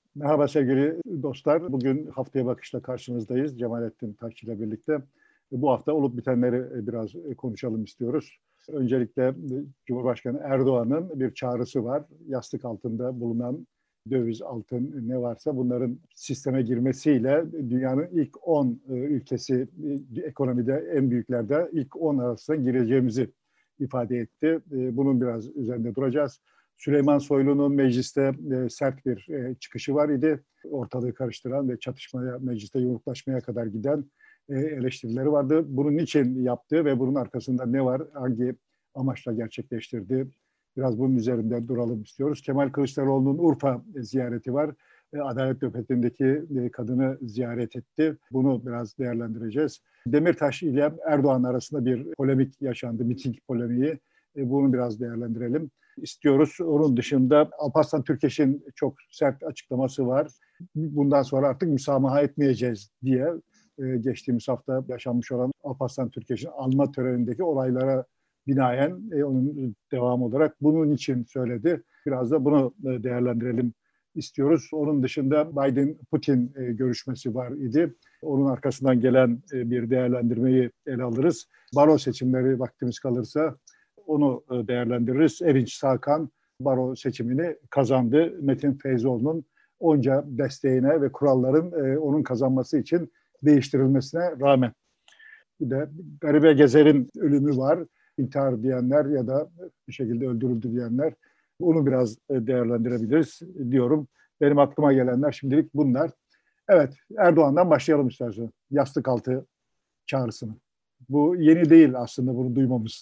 Merhaba sevgili dostlar. Bugün Haftaya Bakış'ta karşınızdayız. Cemalettin Taşçı ile birlikte. Bu hafta olup bitenleri biraz konuşalım istiyoruz. Öncelikle Cumhurbaşkanı Erdoğan'ın bir çağrısı var. Yastık altında bulunan döviz, altın ne varsa bunların sisteme girmesiyle dünyanın ilk 10 ülkesi, ekonomide en büyüklerde ilk 10 arasına gireceğimizi ifade etti. Bunun biraz üzerinde duracağız. Süleyman Soylu'nun mecliste sert bir çıkışı var idi. Ortalığı karıştıran ve çatışmaya, mecliste yumruklaşmaya kadar giden eleştirileri vardı. Bunun niçin yaptığı ve bunun arkasında ne var, hangi amaçla gerçekleştirdi? Biraz bunun üzerinde duralım istiyoruz. Kemal Kılıçdaroğlu'nun Urfa ziyareti var. Adalet Nöbeti'ndeki kadını ziyaret etti. Bunu biraz değerlendireceğiz. Demirtaş ile Erdoğan arasında bir polemik yaşandı, miting polemiği. Bunu biraz değerlendirelim istiyoruz. Onun dışında Alparslan Türkeş'in çok sert açıklaması var. Bundan sonra artık müsamaha etmeyeceğiz diye geçtiğimiz hafta yaşanmış olan Alparslan Türkeş'in alma törenindeki olaylara binaen onun devamı olarak bunun için söyledi. Biraz da bunu değerlendirelim istiyoruz. Onun dışında Biden-Putin görüşmesi var idi. Onun arkasından gelen bir değerlendirmeyi ele alırız. Baro seçimleri vaktimiz kalırsa onu değerlendiririz. Erinç Sakan baro seçimini kazandı. Metin Feyzoğlu'nun onca desteğine ve kuralların onun kazanması için değiştirilmesine rağmen. Bir de Garibe Gezer'in ölümü var. İntihar diyenler ya da bir şekilde öldürüldü diyenler. Onu biraz değerlendirebiliriz diyorum. Benim aklıma gelenler şimdilik bunlar. Evet, Erdoğan'dan başlayalım istersen. Yastık altı çağrısını. Bu yeni değil aslında bunu duymamız.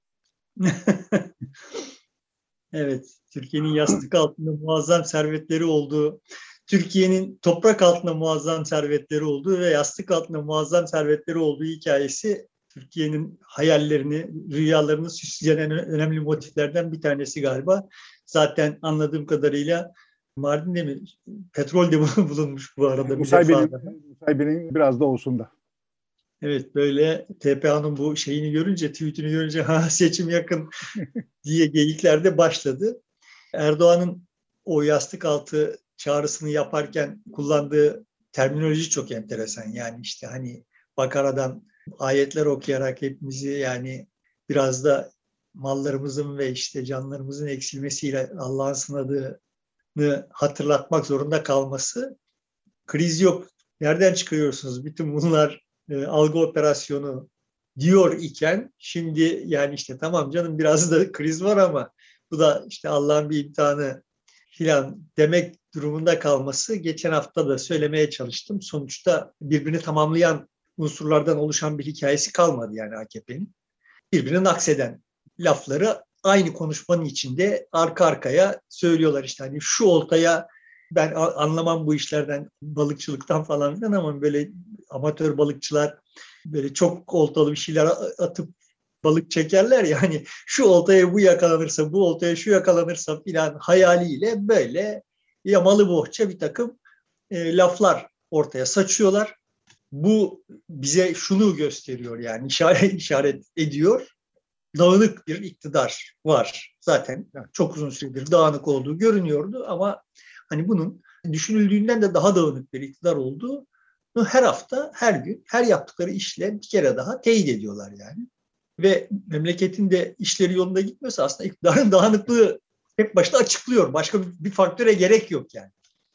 Evet, Türkiye'nin yastık altında muazzam servetleri olduğu, Türkiye'nin toprak altında muazzam servetleri olduğu ve yastık altında muazzam servetleri olduğu hikayesi Türkiye'nin hayallerini, rüyalarını süsleyen en önemli motiflerden bir tanesi galiba. Zaten anladığım kadarıyla Mardin'de mi petrol de bulunmuş bu arada bir defa. Musaybi'nin biraz da olsun da. Evet, böyle TPA'nın bu şeyini görünce, tweetini görünce seçim yakın diye geyikler de başladı. Erdoğan'ın o yastık altı çağrısını yaparken kullandığı terminoloji çok enteresan. Yani işte hani Bakara'dan ayetler okuyarak hepimizi yani biraz da mallarımızın ve işte canlarımızın eksilmesiyle Allah'ın sınadığını hatırlatmak zorunda kalması. Kriz yok. Nereden çıkarıyorsunuz? Bütün bunlar algı operasyonu diyor iken şimdi yani işte tamam canım biraz da kriz var ama bu da işte Allah'ın bir imtihanı filan demek durumunda kalması geçen hafta da söylemeye çalıştım. Sonuçta birbirini tamamlayan unsurlardan oluşan bir hikayesi kalmadı yani AKP'nin. Birbirini akseden lafları aynı konuşmanın içinde arka arkaya söylüyorlar işte hani şu oltaya ben anlamam bu işlerden balıkçılıktan falan filan ama böyle amatör balıkçılar böyle çok oltalı bir şeyler atıp balık çekerler ya hani şu oltaya bu yakalanırsa bu oltaya şu yakalanırsa filan hayaliyle böyle yamalı bohça bir takım laflar ortaya saçıyorlar. Bu bize şunu gösteriyor yani işaret ediyor. Dağınık bir iktidar var. Zaten çok uzun süredir dağınık olduğu görünüyordu ama hani bunun düşünüldüğünden de daha dağınık bir iktidar olduğu her hafta, her gün, her yaptıkları işle bir kere daha teyit ediyorlar yani. Ve memleketin de işleri yolunda gitmiyorsa aslında iktidarın dağınıklığı tek başına açıklıyor. Başka bir faktöre gerek yok yani.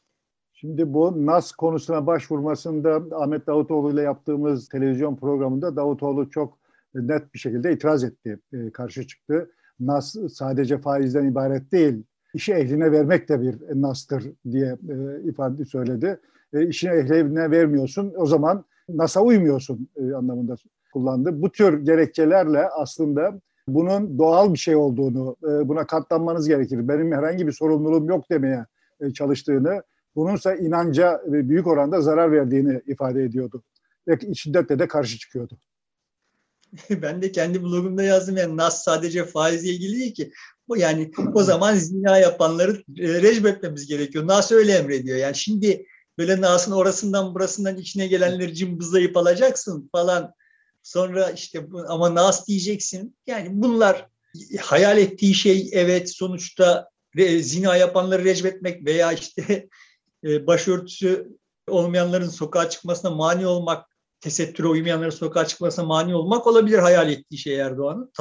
Şimdi bu NAS konusuna başvurmasında Ahmet Davutoğlu ile yaptığımız televizyon programında Davutoğlu çok net bir şekilde itiraz etti, karşı çıktı. NAS sadece faizden ibaret değil, işi ehline vermek de bir NAS'tır diye ifade söyledi. İşini ehline vermiyorsun, o zaman NAS'a uymuyorsun anlamında kullandı. Bu tür gerekçelerle aslında bunun doğal bir şey olduğunu, buna katlanmanız gerekir, benim herhangi bir sorumluluğum yok demeye çalıştığını, bununsa inanca büyük oranda zarar verdiğini ifade ediyordu. Ve şiddetle de karşı çıkıyordu. Ben de kendi blogumda yazdım yani NAS sadece faizle ilgili değil ki. O yani o zaman zina yapanları rejim etmemiz gerekiyor. NAS öyle emrediyor. Yani şimdi böyle NAS'ın orasından burasından içine gelenleri cımbızlayıp alacaksın falan. Sonra işte ama NAS diyeceksin. Yani bunlar hayal ettiği şey evet sonuçta zina yapanları rejim etmek veya işte başörtüsü olmayanların sokağa çıkmasına mani olmak, tesettüre uymayanların sokağa çıkmasına mani olmak olabilir hayal ettiği şey Erdoğan'ın.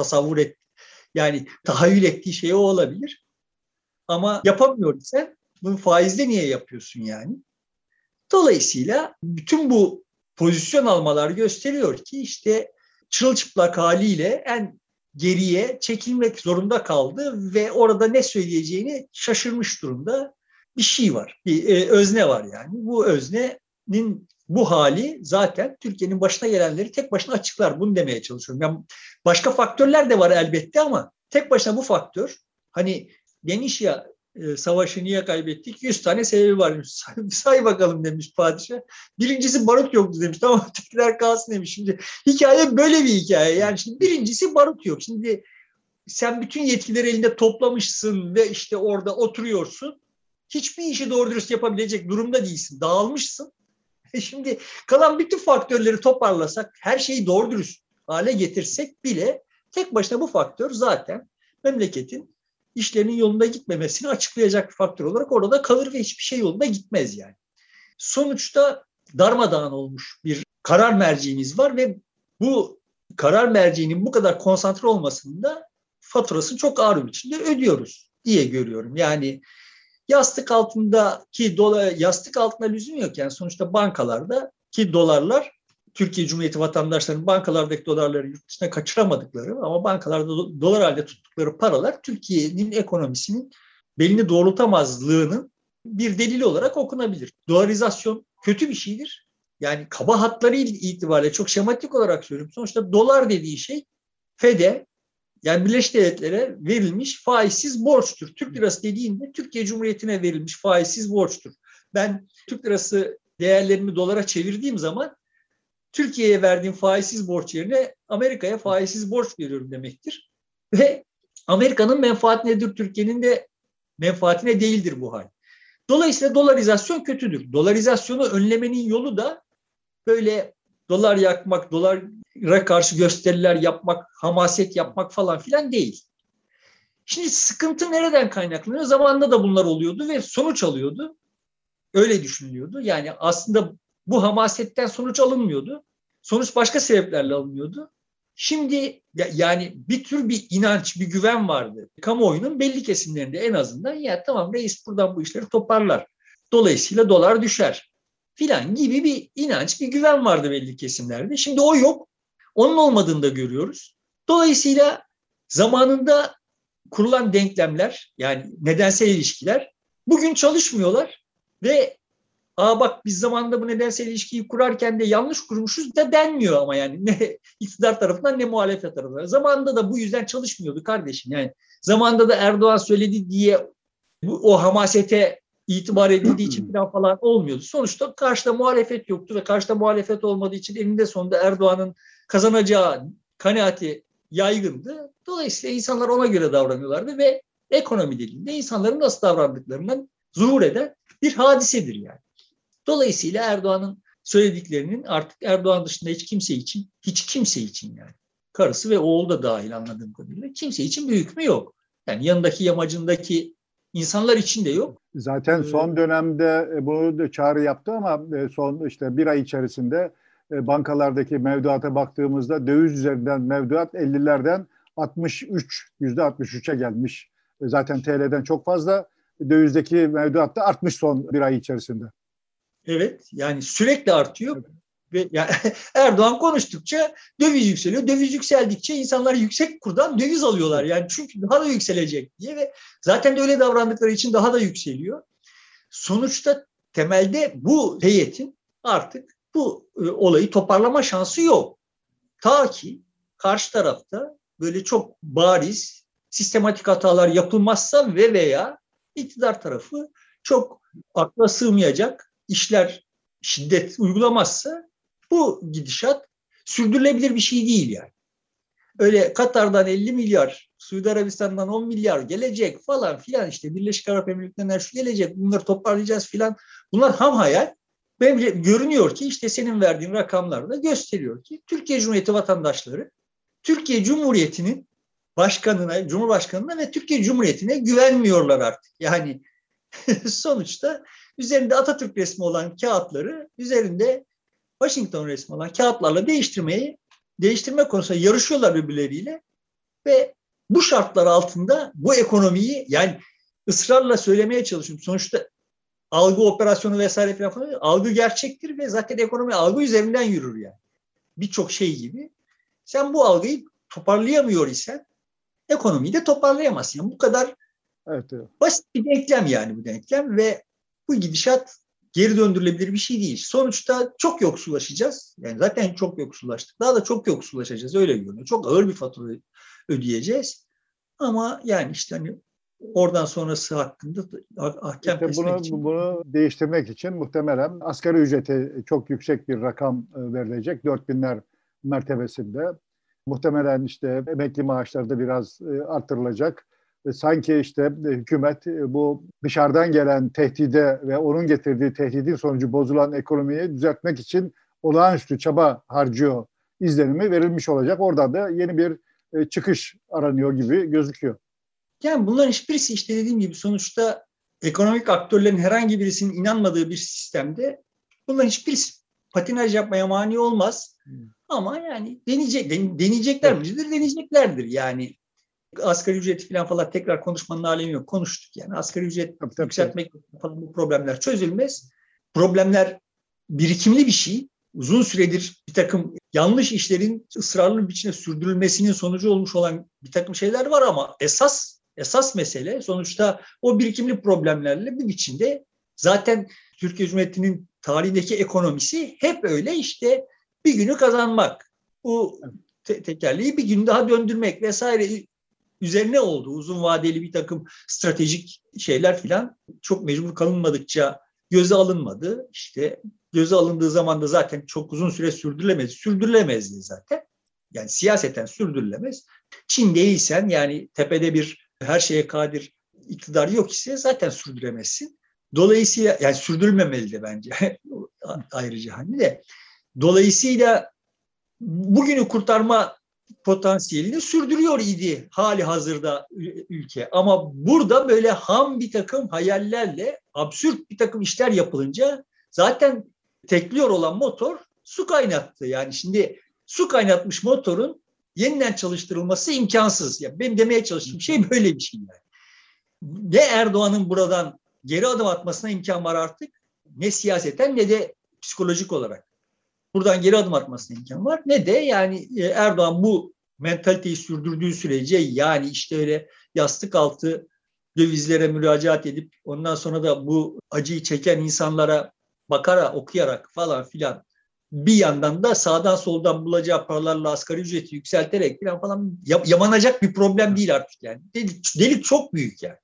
Yani tahayyül ettiği şey o olabilir. Ama yapamıyor ise bunu faizle niye yapıyorsun yani? Dolayısıyla bütün bu pozisyon almalar gösteriyor ki işte çırılçıplak haliyle en geriye çekilmek zorunda kaldı ve orada ne söyleyeceğini şaşırmış durumda bir şey var. Bir özne var yani. Bu öznenin bu hali zaten Türkiye'nin başına gelenleri tek başına açıklar. Bunu demeye çalışıyorum. Yani başka faktörler de var elbette ama tek başına bu faktör, hani geniş ya, savaşı niye kaybettik? 100 tane sebebi varmış. Say bakalım demiş padişah. Birincisi barut yoktu demiş. Tamam, ötekiler kalsın demiş. Şimdi hikaye böyle bir hikaye. Yani şimdi birincisi barut yok. Şimdi sen bütün yetkileri elinde toplamışsın ve işte orada oturuyorsun. Hiçbir işi doğru dürüst yapabilecek durumda değilsin. Dağılmışsın. Şimdi kalan bütün faktörleri toparlasak, her şeyi doğru dürüst hale getirsek bile tek başına bu faktör zaten memleketin işlerinin yolunda gitmemesini açıklayacak bir faktör olarak orada kalır ve hiçbir şey yolunda gitmez yani. Sonuçta darmadağın olmuş bir karar merciğimiz var ve bu karar merciğinin bu kadar konsantre olmasının da faturasını çok ağır bir biçimde ödüyoruz diye görüyorum. Yani yastık altında lüzum yok yani, sonuçta bankalardaki dolarlar, Türkiye Cumhuriyeti vatandaşlarının bankalardaki dolarları yurt dışına kaçıramadıkları ama bankalarda dolar halde tuttukları paralar Türkiye'nin ekonomisinin belini doğrultamazlığının bir delili olarak okunabilir. Dolarizasyon kötü bir şeydir. Yani kaba hatları itibariyle çok şematik olarak söylüyorum. Sonuçta dolar dediği şey FED'e, yani Birleşik Devletlere verilmiş faizsiz borçtur. Türk lirası dediğinde Türkiye Cumhuriyeti'ne verilmiş faizsiz borçtur. Ben Türk lirası değerlerimi dolara çevirdiğim zaman Türkiye'ye verdiğim faizsiz borç yerine Amerika'ya faizsiz borç veriyorum demektir. Ve Amerika'nın menfaatinedir, Türkiye'nin de menfaatine değildir bu hal. Dolayısıyla dolarizasyon kötüdür. Dolarizasyonu önlemenin yolu da böyle dolar yakmak, dolara karşı gösteriler yapmak, hamaset yapmak falan filan değil. Şimdi sıkıntı nereden kaynaklanıyor? Zamanında da bunlar oluyordu ve sonuç alıyordu. Öyle düşünülüyordu. Yani aslında bu hamasetten sonuç alınmıyordu. Sonuç başka sebeplerle alınıyordu. Şimdi yani bir tür bir inanç, bir güven vardı. Kamuoyunun belli kesimlerinde en azından, ya tamam reis buradan bu işleri toparlar. Dolayısıyla dolar düşer filan gibi bir inanç, bir güven vardı belli kesimlerde. Şimdi o yok. Onun olmadığını da görüyoruz. Dolayısıyla zamanında kurulan denklemler, yani nedensel ilişkiler bugün çalışmıyorlar ve bak biz zamanında bu nedensel ilişkiyi kurarken de yanlış kurmuşuz da denmiyor ama yani ne iktidar tarafından ne muhalefet tarafından. Zamanında da bu yüzden çalışmıyordu kardeşim. Yani zamanında da Erdoğan söyledi diye o hamasete itibar edildiği için falan olmuyordu. Sonuçta karşıda muhalefet yoktu ve karşıda muhalefet olmadığı için eninde sonunda Erdoğan'ın kazanacağı kanaati yaygındı. Dolayısıyla insanlar ona göre davranıyorlardı ve ekonomi dediğinde insanların nasıl davrandıklarından zuhur eden bir hadisedir yani. Dolayısıyla Erdoğan'ın söylediklerinin artık Erdoğan dışında hiç kimse için yani, karısı ve oğlu da dahil anladığım kadarıyla, kimse için bir hükmü yok. Yani yanındaki yamacındaki insanlar için de yok. Zaten son dönemde bunu da çağrı yaptı ama son işte bir ay içerisinde bankalardaki mevduata baktığımızda döviz üzerinden mevduat 50'lerden %63'e gelmiş. Zaten TL'den çok fazla, dövizdeki mevduat da artmış son bir ay içerisinde. Evet, yani sürekli artıyor. Evet. Ve yani Erdoğan konuştukça döviz yükseliyor. Döviz yükseldikçe insanlar yüksek kurdan döviz alıyorlar. Yani çünkü daha da yükselecek diye ve zaten de öyle davrandıkları için daha da yükseliyor. Sonuçta temelde bu heyetin artık bu olayı toparlama şansı yok. Ta ki karşı tarafta böyle çok bariz, sistematik hatalar yapılmazsa ve veya iktidar tarafı çok akla sığmayacak işler, şiddet uygulamazsa bu gidişat sürdürülebilir bir şey değil yani. Öyle Katar'dan 50 milyar, Suudi Arabistan'dan 10 milyar gelecek falan filan, işte Birleşik Arap Emirlikleri'nden şu gelecek, bunları toparlayacağız filan. Bunlar ham hayal. Görünüyor ki işte senin verdiğin rakamlar da gösteriyor ki Türkiye Cumhuriyeti vatandaşları Türkiye Cumhuriyeti'nin Cumhurbaşkanına ve Türkiye Cumhuriyeti'ne güvenmiyorlar artık. Yani sonuçta üzerinde Atatürk resmi olan kağıtları üzerinde Washington resmi olan kağıtlarla değiştirme konusunda yarışıyorlar birbirleriyle ve bu şartlar altında bu ekonomiyi, yani ısrarla söylemeye çalışıyorum. Sonuçta algı operasyonu vesaire falan, algı gerçektir ve zaten ekonomi algı üzerinden yürür yani. Birçok şey gibi. Sen bu algıyı toparlayamıyor isen ekonomiyi de toparlayamazsın. Yani bu kadar Evet, evet. basit bir denklem yani bu denklem ve bu gidişat geri döndürülebilir bir şey değil. Sonuçta çok yoksullaşacağız. Yani zaten çok yoksullaştık. Daha da çok yoksullaşacağız. Öyle görünüyor. Çok ağır bir fatura ödeyeceğiz. Ama yani işte hani oradan sonrası hakkında ahkam İşte kesmek için. bunu değiştirmek için muhtemelen asgari ücrete çok yüksek bir rakam verilecek. 4000'ler mertebesinde. Muhtemelen işte emekli maaşları da biraz artırılacak. Sanki işte hükümet bu dışarıdan gelen tehdide ve onun getirdiği tehdidin sonucu bozulan ekonomiyi düzeltmek için olağanüstü çaba harcıyor izlenimi verilmiş olacak. Oradan da yeni bir çıkış aranıyor gibi gözüküyor. Yani bunların hiçbirisi işte dediğim gibi sonuçta ekonomik aktörlerin herhangi birisinin inanmadığı bir sistemde bunların hiçbirisi patinaj yapmaya mani olmaz. Ama yani deneyecekler Evet. midir? Deneyeceklerdir. Yani asgari ücreti falan tekrar konuşmanın alemi yok. Konuştuk yani. Asgari ücret Tabii. yükseltmek falan bu problemler çözülmez. Problemler birikimli bir şey. Uzun süredir bir takım yanlış işlerin ısrarlı bir biçimde sürdürülmesinin sonucu olmuş olan bir takım şeyler var ama esas mesele sonuçta o birikimli problemlerle bir biçimde zaten Türkiye Cumhuriyeti'nin tarihindeki ekonomisi hep öyle işte bir günü kazanmak. Bu tekerleği bir gün daha döndürmek vesaire üzerine oldu. Uzun vadeli bir takım stratejik şeyler filan çok mecbur kalınmadıkça göze alınmadı. İşte göze alındığı zaman da zaten çok uzun süre sürdürülemezdi zaten. Yani siyaseten sürdürülemez. Çin değilsen yani tepede bir her şeye kadir iktidar yok ise zaten sürdüremezsin. Dolayısıyla yani sürdürülmemeli de bence ayrıca hani de. Dolayısıyla bugünü kurtarma potansiyelini sürdürüyor idi hali hazırda ülke. Ama burada böyle ham bir takım hayallerle absürt bir takım işler yapılınca zaten tekliyor olan motor su kaynattı. Yani şimdi su kaynatmış motorun yeniden çalıştırılması imkansız. Yani benim demeye çalıştığım şey böyle bir şey. Yani. Ne Erdoğan'ın buradan geri adım atmasına imkan var artık, ne siyaseten ne de psikolojik olarak. Buradan geri adım atmasına imkan var. Ne de yani Erdoğan bu mentaliteyi sürdürdüğü sürece yani işte öyle yastık altı dövizlere müracaat edip ondan sonra da bu acıyı çeken insanlara bakarak, okuyarak falan filan bir yandan da sağdan soldan bulacağı paralarla asgari ücreti yükselterek falan yamanacak bir problem değil artık yani. Delik çok büyük yani.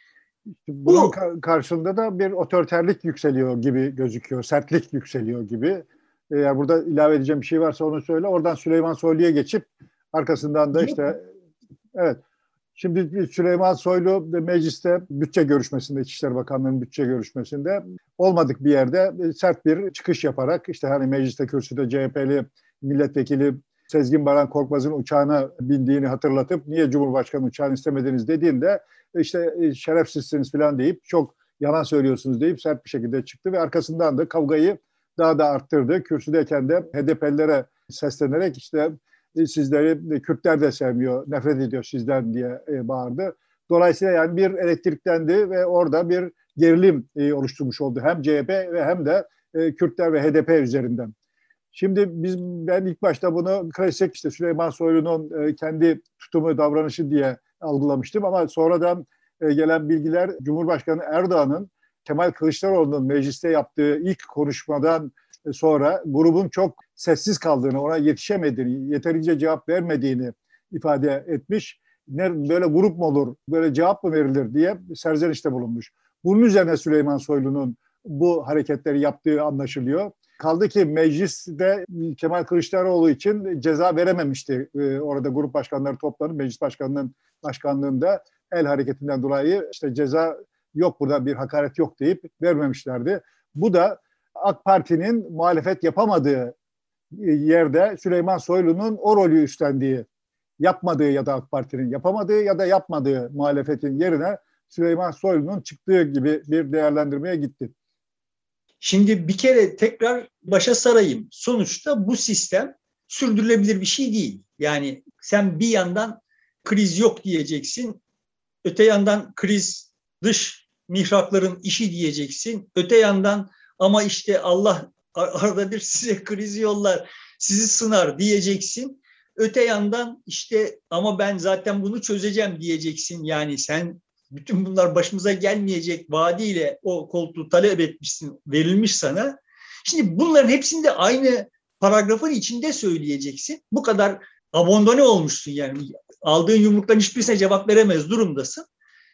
Bunun Bu karşılığında da bir otoriterlik yükseliyor gibi gözüküyor. Sertlik yükseliyor gibi. Eğer burada ilave edeceğim bir şey varsa onu söyle. Oradan Süleyman Soylu'ya geçip arkasından da işte evet. Şimdi Süleyman Soylu mecliste bütçe görüşmesinde, İçişleri Bakanlığı'nın bütçe görüşmesinde olmadık bir yerde sert bir çıkış yaparak işte hani mecliste kürsüde CHP'li milletvekili Sezgin Baran Korkmaz'ın uçağına bindiğini hatırlatıp niye Cumhurbaşkanı uçağını istemediniz dediğinde işte şerefsizsiniz falan deyip çok yalan söylüyorsunuz deyip sert bir şekilde çıktı ve arkasından da kavgayı daha da arttırdı. Kürsüdeyken de HDP'lilere seslenerek işte sizleri Kürtler de sevmiyor, nefret ediyor sizden diye bağırdı. Dolayısıyla yani bir elektriklendi ve orada bir gerilim oluşturmuş oldu. Hem CHP ve hem de Kürtler ve HDP üzerinden. Şimdi ben ilk başta bunu klasik işte Süleyman Soylu'nun kendi tutumu, davranışı diye algılamıştım ama sonradan gelen bilgiler Cumhurbaşkanı Erdoğan'ın Kemal Kılıçdaroğlu'nun mecliste yaptığı ilk konuşmadan sonra grubun çok sessiz kaldığını, ona yetişemediğini, yeterince cevap vermediğini ifade etmiş. Böyle grup mu olur, böyle cevap mı verilir diye serzenişte bulunmuş. Bunun üzerine Süleyman Soylu'nun bu hareketleri yaptığı anlaşılıyor. Kaldı ki mecliste Kemal Kılıçdaroğlu için ceza verememişti. Orada grup başkanları toplanıp meclis başkanının başkanlığında el hareketinden dolayı işte ceza yok, burada bir hakaret yok deyip vermemişlerdi. Bu da AK Parti'nin muhalefet yapamadığı yerde Süleyman Soylu'nun o rolü üstlendiği, yapmadığı ya da AK Parti'nin yapamadığı ya da yapmadığı muhalefetin yerine Süleyman Soylu'nun çıktığı gibi bir değerlendirmeye gitti. Şimdi bir kere tekrar başa sarayım. Sonuçta bu sistem sürdürülebilir bir şey değil. Yani sen bir yandan kriz yok diyeceksin, öte yandan kriz dış mihrakların işi diyeceksin, öte yandan ama işte Allah arada bir size krizi yollar, sizi sınar diyeceksin. Öte yandan işte ama ben zaten bunu çözeceğim diyeceksin. Yani sen bütün bunlar başımıza gelmeyecek vaadiyle o koltuğu talep etmişsin, verilmiş sana. Şimdi bunların hepsini de aynı paragrafın içinde söyleyeceksin. Bu kadar abandone olmuşsun yani. Aldığın yumrukların hiçbirisine cevap veremez durumdasın.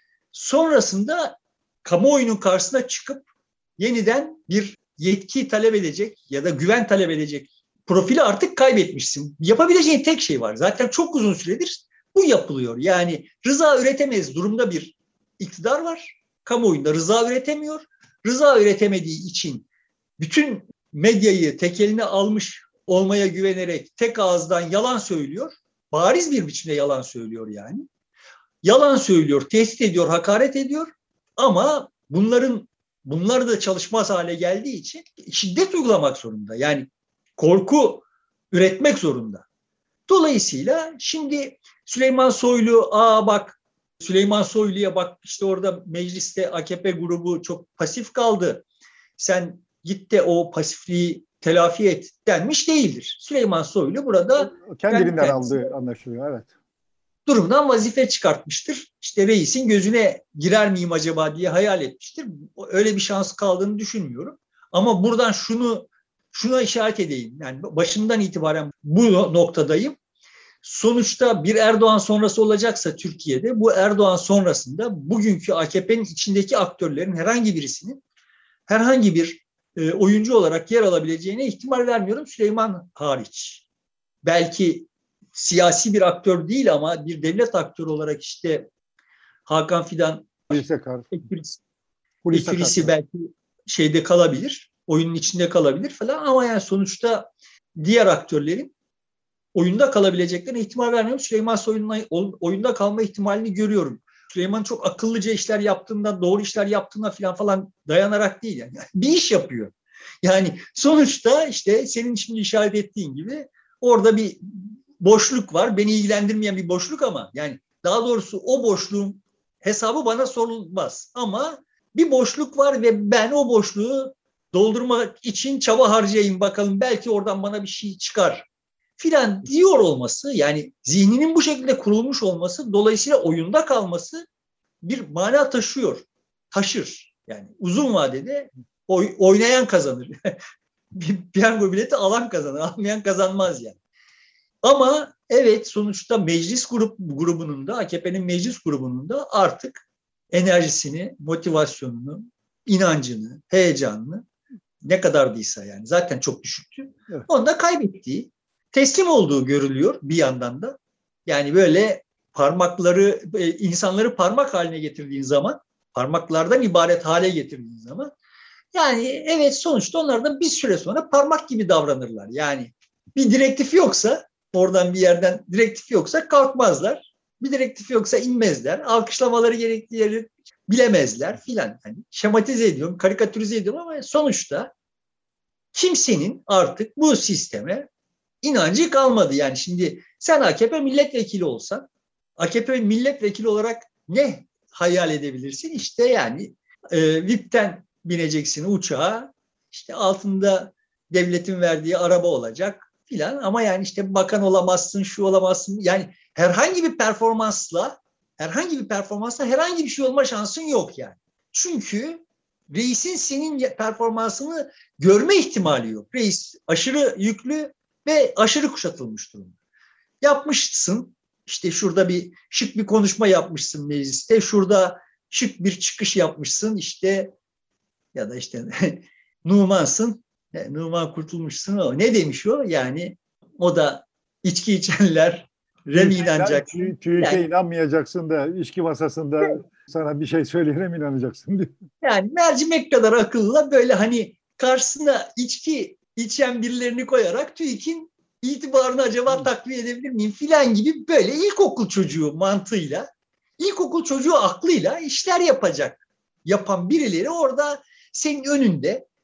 Sonrasında kamuoyunun karşısına çıkıp yeniden bir yetki talep edecek ya da güven talep edecek profili artık kaybetmişsin. Yapabileceğin tek şey var. Zaten çok uzun süredir bu yapılıyor. Yani rıza üretemez durumda bir iktidar var. Kamuoyunda rıza üretemiyor. Rıza üretemediği için bütün medyayı tek eline almış olmaya güvenerek tek ağızdan yalan söylüyor. Bariz bir biçimde yalan söylüyor yani. Yalan söylüyor, tehdit ediyor, hakaret ediyor ama bunlar da çalışmaz hale geldiği için şiddet uygulamak zorunda. Yani korku üretmek zorunda. Dolayısıyla şimdi Süleyman Soylu, bak Süleyman Soylu'ya bak işte orada mecliste AKP grubu çok pasif kaldı. Sen git de o pasifliği telafi et denmiş değildir. Süleyman Soylu burada kendiliğinden aldığı anlaşılıyor, evet. Durumdan vazife çıkartmıştır. İşte reisin gözüne girer miyim acaba diye hayal etmiştir. Öyle bir şans kaldığını düşünmüyorum. Ama buradan şuna işaret edeyim. Yani başından itibaren bu noktadayım. Sonuçta bir Erdoğan sonrası olacaksa Türkiye'de bu Erdoğan sonrasında bugünkü AKP'nin içindeki aktörlerin herhangi birisinin herhangi bir oyuncu olarak yer alabileceğine ihtimal vermiyorum. Süleyman hariç. Belki siyasi bir aktör değil ama bir devlet aktörü olarak işte Hakan Fidan ekürisi belki şeyde kalabilir, oyunun içinde kalabilir falan ama yani sonuçta diğer aktörlerin oyunda kalabileceklerine ihtimal vermiyorum. Süleyman Soylu'nun oyunda kalma ihtimalini görüyorum. Süleyman çok akıllıca işler yaptığından, doğru işler yaptığına falan dayanarak değil yani. Bir iş yapıyor. Yani sonuçta işte senin şimdi işaret ettiğin gibi orada bir boşluk var. Beni ilgilendirmeyen bir boşluk ama yani daha doğrusu o boşluğun hesabı bana sorulmaz. Ama bir boşluk var ve ben o boşluğu doldurmak için çaba harcayayım bakalım belki oradan bana bir şey çıkar filan diyor olması yani zihninin bu şekilde kurulmuş olması dolayısıyla oyunda kalması bir mana taşır. Yani uzun vadede oynayan kazanır. Bir piyango bileti alan kazanır, almayan kazanmaz yani. Ama evet sonuçta meclis grubunun da AKP'nin meclis grubunun da artık enerjisini, motivasyonunu, inancını, heyecanını ne kadardıysa yani zaten çok düşüktü. Evet. Onu da kaybettiği, teslim olduğu görülüyor bir yandan da. Yani böyle parmakları, insanları parmak haline getirdiğin zaman, parmaklardan ibaret hale getirdiğin zaman yani evet sonuçta onlar da bir süre sonra parmak gibi davranırlar. Yani bir direktif yoksa oradan bir yerden direktif yoksa kalkmazlar. Bir direktif yoksa inmezler. Alkışlamaları gerektiği yeri bilemezler filan. Yani şematize ediyorum, karikatürize ediyorum ama sonuçta kimsenin artık bu sisteme inancı kalmadı. Yani şimdi sen AKP milletvekili olsan, AKP milletvekili olarak ne hayal edebilirsin? İşte yani VIP'ten bineceksin uçağa, işte altında devletin verdiği araba olacak filan ama yani işte bakan olamazsın, şu olamazsın. Yani herhangi bir performansla herhangi bir şey olma şansın yok yani. Çünkü reisin senin performansını görme ihtimali yok. Reis aşırı yüklü ve aşırı kuşatılmış durumda. Yapmışsın, işte şurada bir şık bir konuşma yapmışsın mecliste, şurada şık bir çıkış yapmışsın işte ya da işte Numan'sın, Numan kurtulmuşsun o. Ne demiş o? Yani o da içki içenler Rem inanacaksın. TÜİK'e yani, inanmayacaksın da içki masasında sana bir şey söyleyene inanacaksın diyor. Yani mercimek kadar akılla böyle hani karşısına içki içen birilerini koyarak TÜİK'in itibarını acaba takviye edebilir miyim filan gibi böyle ilkokul çocuğu mantığıyla, ilkokul çocuğu aklıyla işler yapan birileri orada senin önünde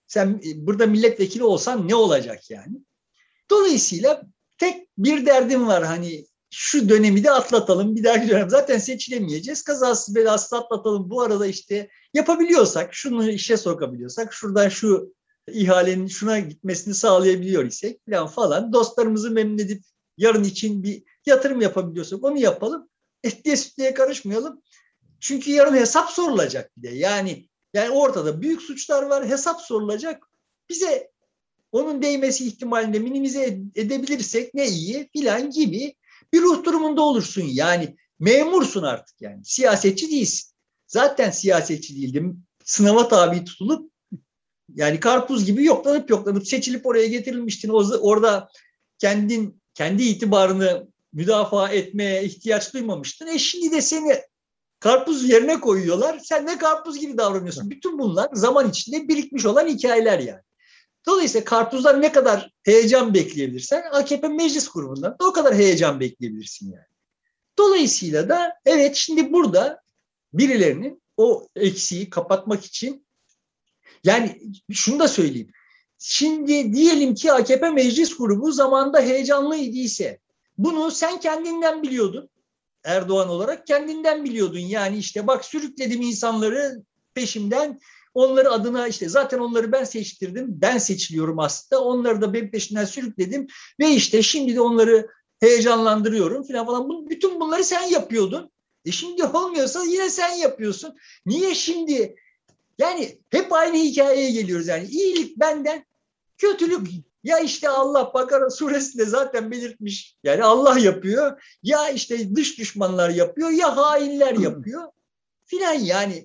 Sen burada milletvekili olsan ne olacak yani? Dolayısıyla tek bir derdim var, hani şu dönemi de atlatalım, bir dahaki dönem zaten seçilemeyeceğiz, kazasız belasız atlatalım. Bu arada işte yapabiliyorsak, şunu işe sokabiliyorsak, şuradan şu ihalenin şuna gitmesini sağlayabiliyor isek falan, dostlarımızı memnun edip yarın için bir yatırım yapabiliyorsak onu yapalım. Etliye sütlüye karışmayalım. Çünkü yarın hesap sorulacak bir de. Yani ortada büyük suçlar var, hesap sorulacak. Bize onun değmesi ihtimalini minimize edebilirsek ne iyi filan gibi bir ruh durumunda olursun. Yani memursun artık yani. Siyasetçi değilsin. Zaten siyasetçi değildim. Sınava tabi tutulup yani karpuz gibi yoklanıp seçilip oraya getirilmiştin. Orada kendi itibarını müdafaa etmeye ihtiyaç duymamıştın. Şimdi de seni karpuz yerine koyuyorlar. Sen de karpuz gibi davranıyorsun. Bütün bunlar zaman içinde birikmiş olan hikayeler yani. Dolayısıyla karpuzdan ne kadar heyecan bekleyebilirsen AKP meclis grubundan da o kadar heyecan bekleyebilirsin yani. Dolayısıyla da evet, şimdi burada birilerinin o eksiği kapatmak için, yani şunu da söyleyeyim. Şimdi diyelim ki AKP meclis grubu zamanında heyecanlıydı, bunu sen kendinden biliyordun. Erdoğan olarak kendinden biliyordun. Yani işte bak, sürükledim insanları peşimden. Onları adına işte zaten onları ben seçtirdim. Ben seçiliyorum aslında. Onları da ben peşinden sürükledim. Ve işte şimdi de onları heyecanlandırıyorum falan. Bütün bunları sen yapıyordun. Şimdi olmuyorsa yine sen yapıyorsun. Niye şimdi? Yani hep aynı hikayeye geliyoruz. Yani iyilik benden, kötülük ya işte Allah Bakara suresinde zaten belirtmiş. Yani Allah yapıyor. Ya işte dış düşmanlar yapıyor, ya hainler yapıyor filan yani.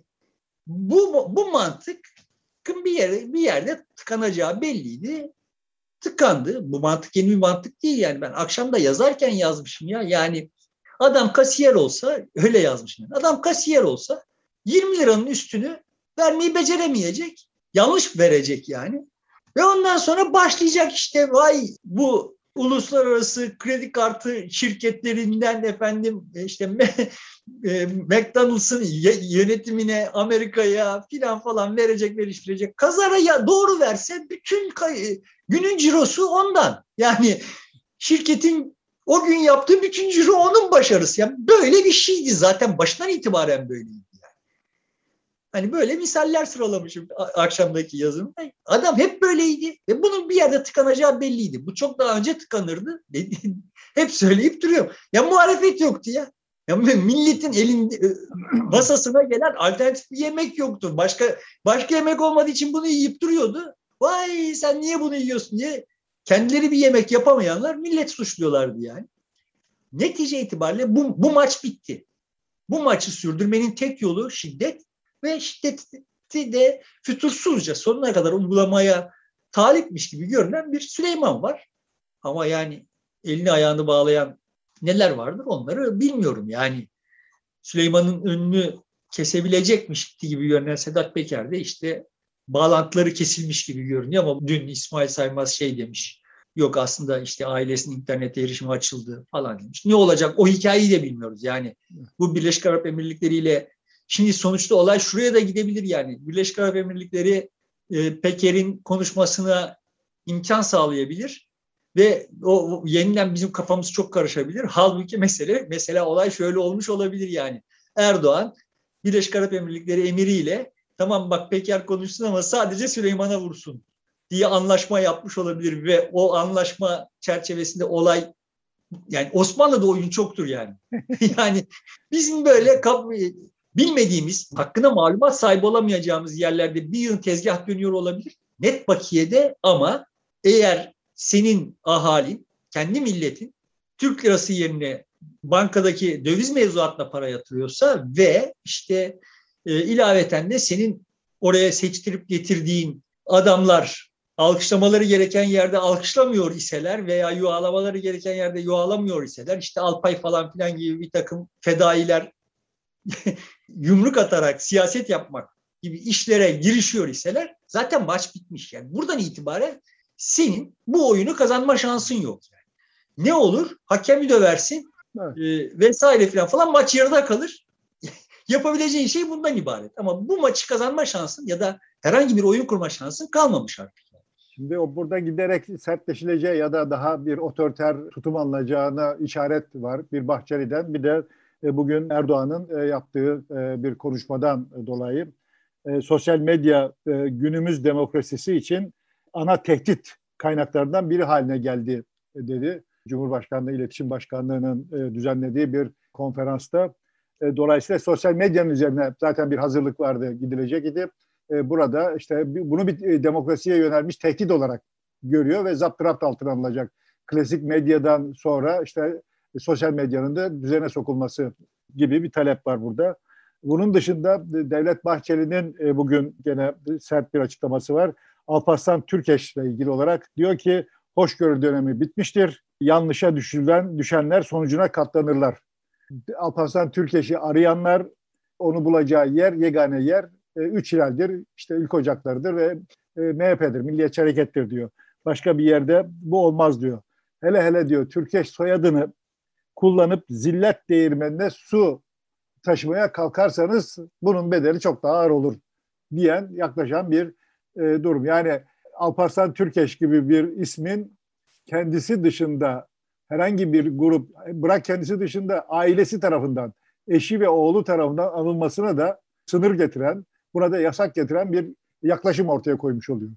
Bu mantıkın bir yerde tıkanacağı belliydi. Tıkandı. Bu mantık yeni bir mantık değil yani. Ben akşam da yazarken yazmışım ya. Yani adam kasiyer olsa, öyle yazmışım. Adam kasiyer olsa 20 liranın üstünü vermeyi beceremeyecek. Yanlış verecek yani. Ve ondan sonra başlayacak işte, vay bu uluslararası kredi kartı şirketlerinden işte McDonald's'ın yönetimine, Amerika'ya falan veriştirecek. Kazara ya doğru verse bütün günün cirosu ondan. Yani şirketin o gün yaptığı bütün ciro onun başarısı. Yani böyle bir şeydi zaten, baştan itibaren böyleydi. Hani böyle misaller sıralamışım akşamdaki yazımda. Adam hep böyleydi ve bunun bir yerde tıkanacağı belliydi. Bu çok daha önce tıkanırdı. Hep söyleyip duruyorum. Ya muhalefet yoktu ya. Ya milletin elinde masasına gelen alternatif bir yemek yoktu. Başka yemek olmadığı için bunu yiyip duruyordu. Vay sen niye bunu yiyorsun diye kendileri bir yemek yapamayanlar millet suçluyorlardı yani. Netice itibariyle bu maç bitti. Bu maçı sürdürmenin tek yolu şiddet ve şiddeti de fütursuzca sonuna kadar uygulamaya talipmiş gibi görünen bir Süleyman var. Ama yani elini ayağını bağlayan neler vardır onları bilmiyorum. Yani Süleyman'ın önünü kesebilecekmiş gibi görünen Sedat Peker de işte bağlantıları kesilmiş gibi görünüyor ama dün İsmail Saymaz şey demiş. Yok aslında işte ailesinin internete erişimi açıldı falan demiş. Ne olacak o hikayeyi de bilmiyoruz. Yani bu Birleşik Arap Emirlikleri ile şimdi sonuçta olay şuraya da gidebilir yani. Birleşik Arap Emirlikleri Peker'in konuşmasına imkan sağlayabilir ve o yeniden bizim kafamız çok karışabilir. Halbuki mesela olay şöyle olmuş olabilir yani. Erdoğan Birleşik Arap Emirlikleri emiriyle tamam bak Peker konuşsun ama sadece Süleyman'a vursun diye anlaşma yapmış olabilir ve o anlaşma çerçevesinde olay, yani Osmanlı'da oyun çoktur yani. Yani bizim böyle bilmediğimiz, hakkında malumat sahibi olamayacağımız yerlerde bir yıl tezgah dönüyor olabilir. Net bakiyede ama eğer senin ahalin, kendi milletin Türk lirası yerine bankadaki döviz mevzuatına para yatırıyorsa ve işte ilaveten de senin oraya seçtirip getirdiğin adamlar alkışlamaları gereken yerde alkışlamıyor iseler veya yuvalamaları gereken yerde yuvalamıyor iseler, işte Alpay falan filan gibi bir takım fedailer yumruk atarak siyaset yapmak gibi işlere girişiyor iseler zaten maç bitmiş. Yani buradan itibaren senin bu oyunu kazanma şansın yok. Yani. Ne olur? Hakemi döversin vesaire falan maç yarıda kalır. Yapabileceğin şey bundan ibaret. Ama bu maçı kazanma şansın ya da herhangi bir oyun kurma şansın kalmamış artık. Şimdi o burada giderek sertleşileceği ya da daha bir otoriter tutum alınacağına işaret var. Bir Bahçeli'den bir de bugün Erdoğan'ın yaptığı bir konuşmadan dolayı sosyal medya günümüz demokrasisi için ana tehdit kaynaklarından biri haline geldi dedi. Cumhurbaşkanlığı İletişim Başkanlığı'nın düzenlediği bir konferansta. Dolayısıyla sosyal medyanın üzerine zaten bir hazırlık vardı, gidilecek idi. Burada işte bunu bir demokrasiye yönelmiş tehdit olarak görüyor ve zapturapt altına alınacak. Klasik medyadan sonra işte sosyal medyanın da düzene sokulması gibi bir talep var burada. Bunun dışında Devlet Bahçeli'nin bugün gene sert bir açıklaması var. Alparslan Türkeş'le ilgili olarak diyor ki hoşgörü dönemi bitmiştir. Yanlışa düşenler sonucuna katlanırlar. Alparslan Türkeş'i arayanlar onu bulacağı yer, yegane yer Üç Hilal'dir, işte İlk Ocakları'dır ve MHP'dir, Milliyetçi Hareket'tir diyor. Başka bir yerde bu olmaz diyor. Hele hele diyor Türkeş soyadını kullanıp zillet değirmenine su taşımaya kalkarsanız bunun bedeli çok daha ağır olur diyen, yaklaşan bir durum. Yani Alparslan Türkeş gibi bir ismin kendisi dışında herhangi bir grup, bırak kendisi dışında ailesi tarafından, eşi ve oğlu tarafından anılmasına da sınır getiren, burada yasak getiren bir yaklaşım ortaya koymuş oluyor.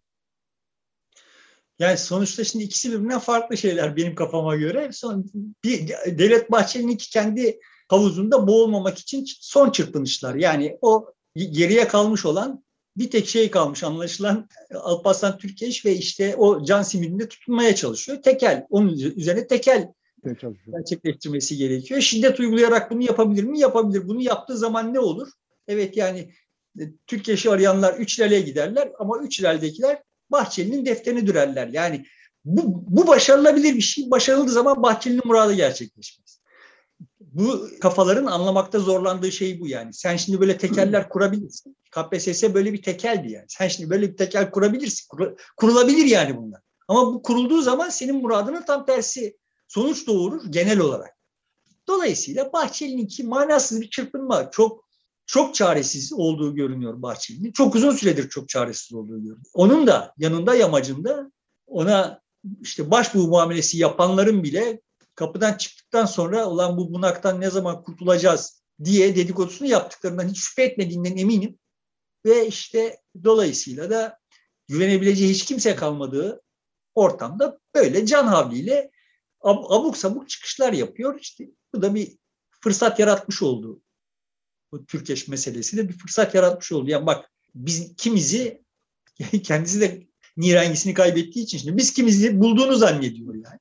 Yani sonuçta şimdi ikisi birbirinden farklı şeyler benim kafama göre. Bir Devlet Bahçeli'nin kendi havuzunda boğulmamak için son çırpınışlar. Yani o geriye kalmış olan bir tek şey kalmış anlaşılan Alparslan Türkeş ve işte o can simidinde tutunmaya çalışıyor. Tekel, onun üzerine tekel gerçekleştirmesi gerekiyor. Şiddet uygulayarak bunu yapabilir mi? Yapabilir. Bunu yaptığı zaman ne olur? Evet yani Türkeş'i arayanlar Üç Hilal'e giderler ama Üç Hilal'dekiler Bahçeli'nin defterini dürerler. Yani bu başarılabilir bir şey. Başarıldığı zaman Bahçeli'nin muradı gerçekleşmez. Bu kafaların anlamakta zorlandığı şey bu yani. Sen şimdi böyle tekeller kurabilirsin. KPSS böyle bir tekeldi yani. Sen şimdi böyle bir tekel kurabilirsin. Kurulabilir yani bunlar. Ama bu kurulduğu zaman senin muradının tam tersi sonuç doğurur genel olarak. Dolayısıyla Bahçeli'ninki manasız bir çırpınma. Çok çaresiz olduğu görünüyor Bahçeli'nin. Çok uzun süredir çok çaresiz olduğu görünüyor. Onun da yanında yamacında ona işte başbuğ muamelesi yapanların bile kapıdan çıktıktan sonra ulan bu bunaktan ne zaman kurtulacağız diye dedikodusunu yaptıklarından hiç şüphe etmediğinden eminim. Ve işte dolayısıyla da güvenebileceği hiç kimse kalmadığı ortamda böyle can havliyle abuk sabuk çıkışlar yapıyor. İşte bu da bir fırsat yaratmış oldu. Bu Türkeş meselesi de bir fırsat yaratmış oldu. Yani bak biz kimizi kendisi de nirengisini kaybettiği için şimdi biz kimizi bulduğunu zannediyor yani.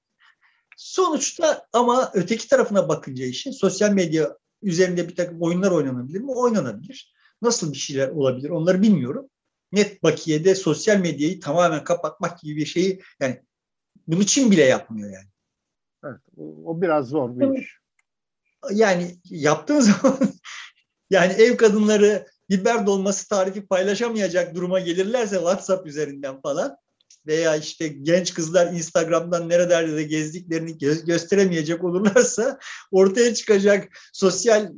Sonuçta ama öteki tarafına bakınca işin sosyal medya üzerinde bir takım oyunlar oynanabilir mi? Oynanabilir. Nasıl bir şeyler olabilir onları bilmiyorum. Net bakiyede sosyal medyayı tamamen kapatmak gibi bir şeyi yani bunu Çin bile yapmıyor yani. Evet, o biraz zor bir iş. Yani yaptığın zaman yani ev kadınları biber dolması tarifi paylaşamayacak duruma gelirlerse WhatsApp üzerinden falan veya işte genç kızlar Instagram'dan nerelerde de gezdiklerini gösteremeyecek olurlarsa ortaya çıkacak sosyal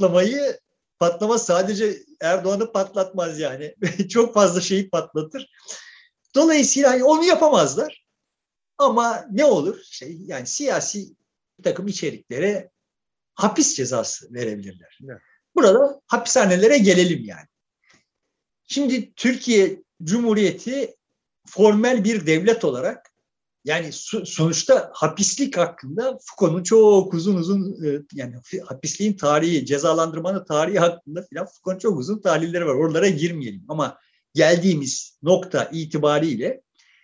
patlama sadece Erdoğan'ı patlatmaz yani. Çok fazla şeyi patlatır. Dolayısıyla hani onu yapamazlar. Ama ne olur? Yani siyasi bir takım içeriklere hapis cezası verebilirler. Evet. Burada hapishanelere gelelim yani. Şimdi Türkiye Cumhuriyeti formel bir devlet olarak yani sonuçta hapislik hakkında Foucault'un çok uzun yani hapisliğin tarihi, cezalandırmanın tarihi hakkında filan Foucault'un çok uzun tahlilleri var. Oralara girmeyelim ama geldiğimiz nokta itibariyle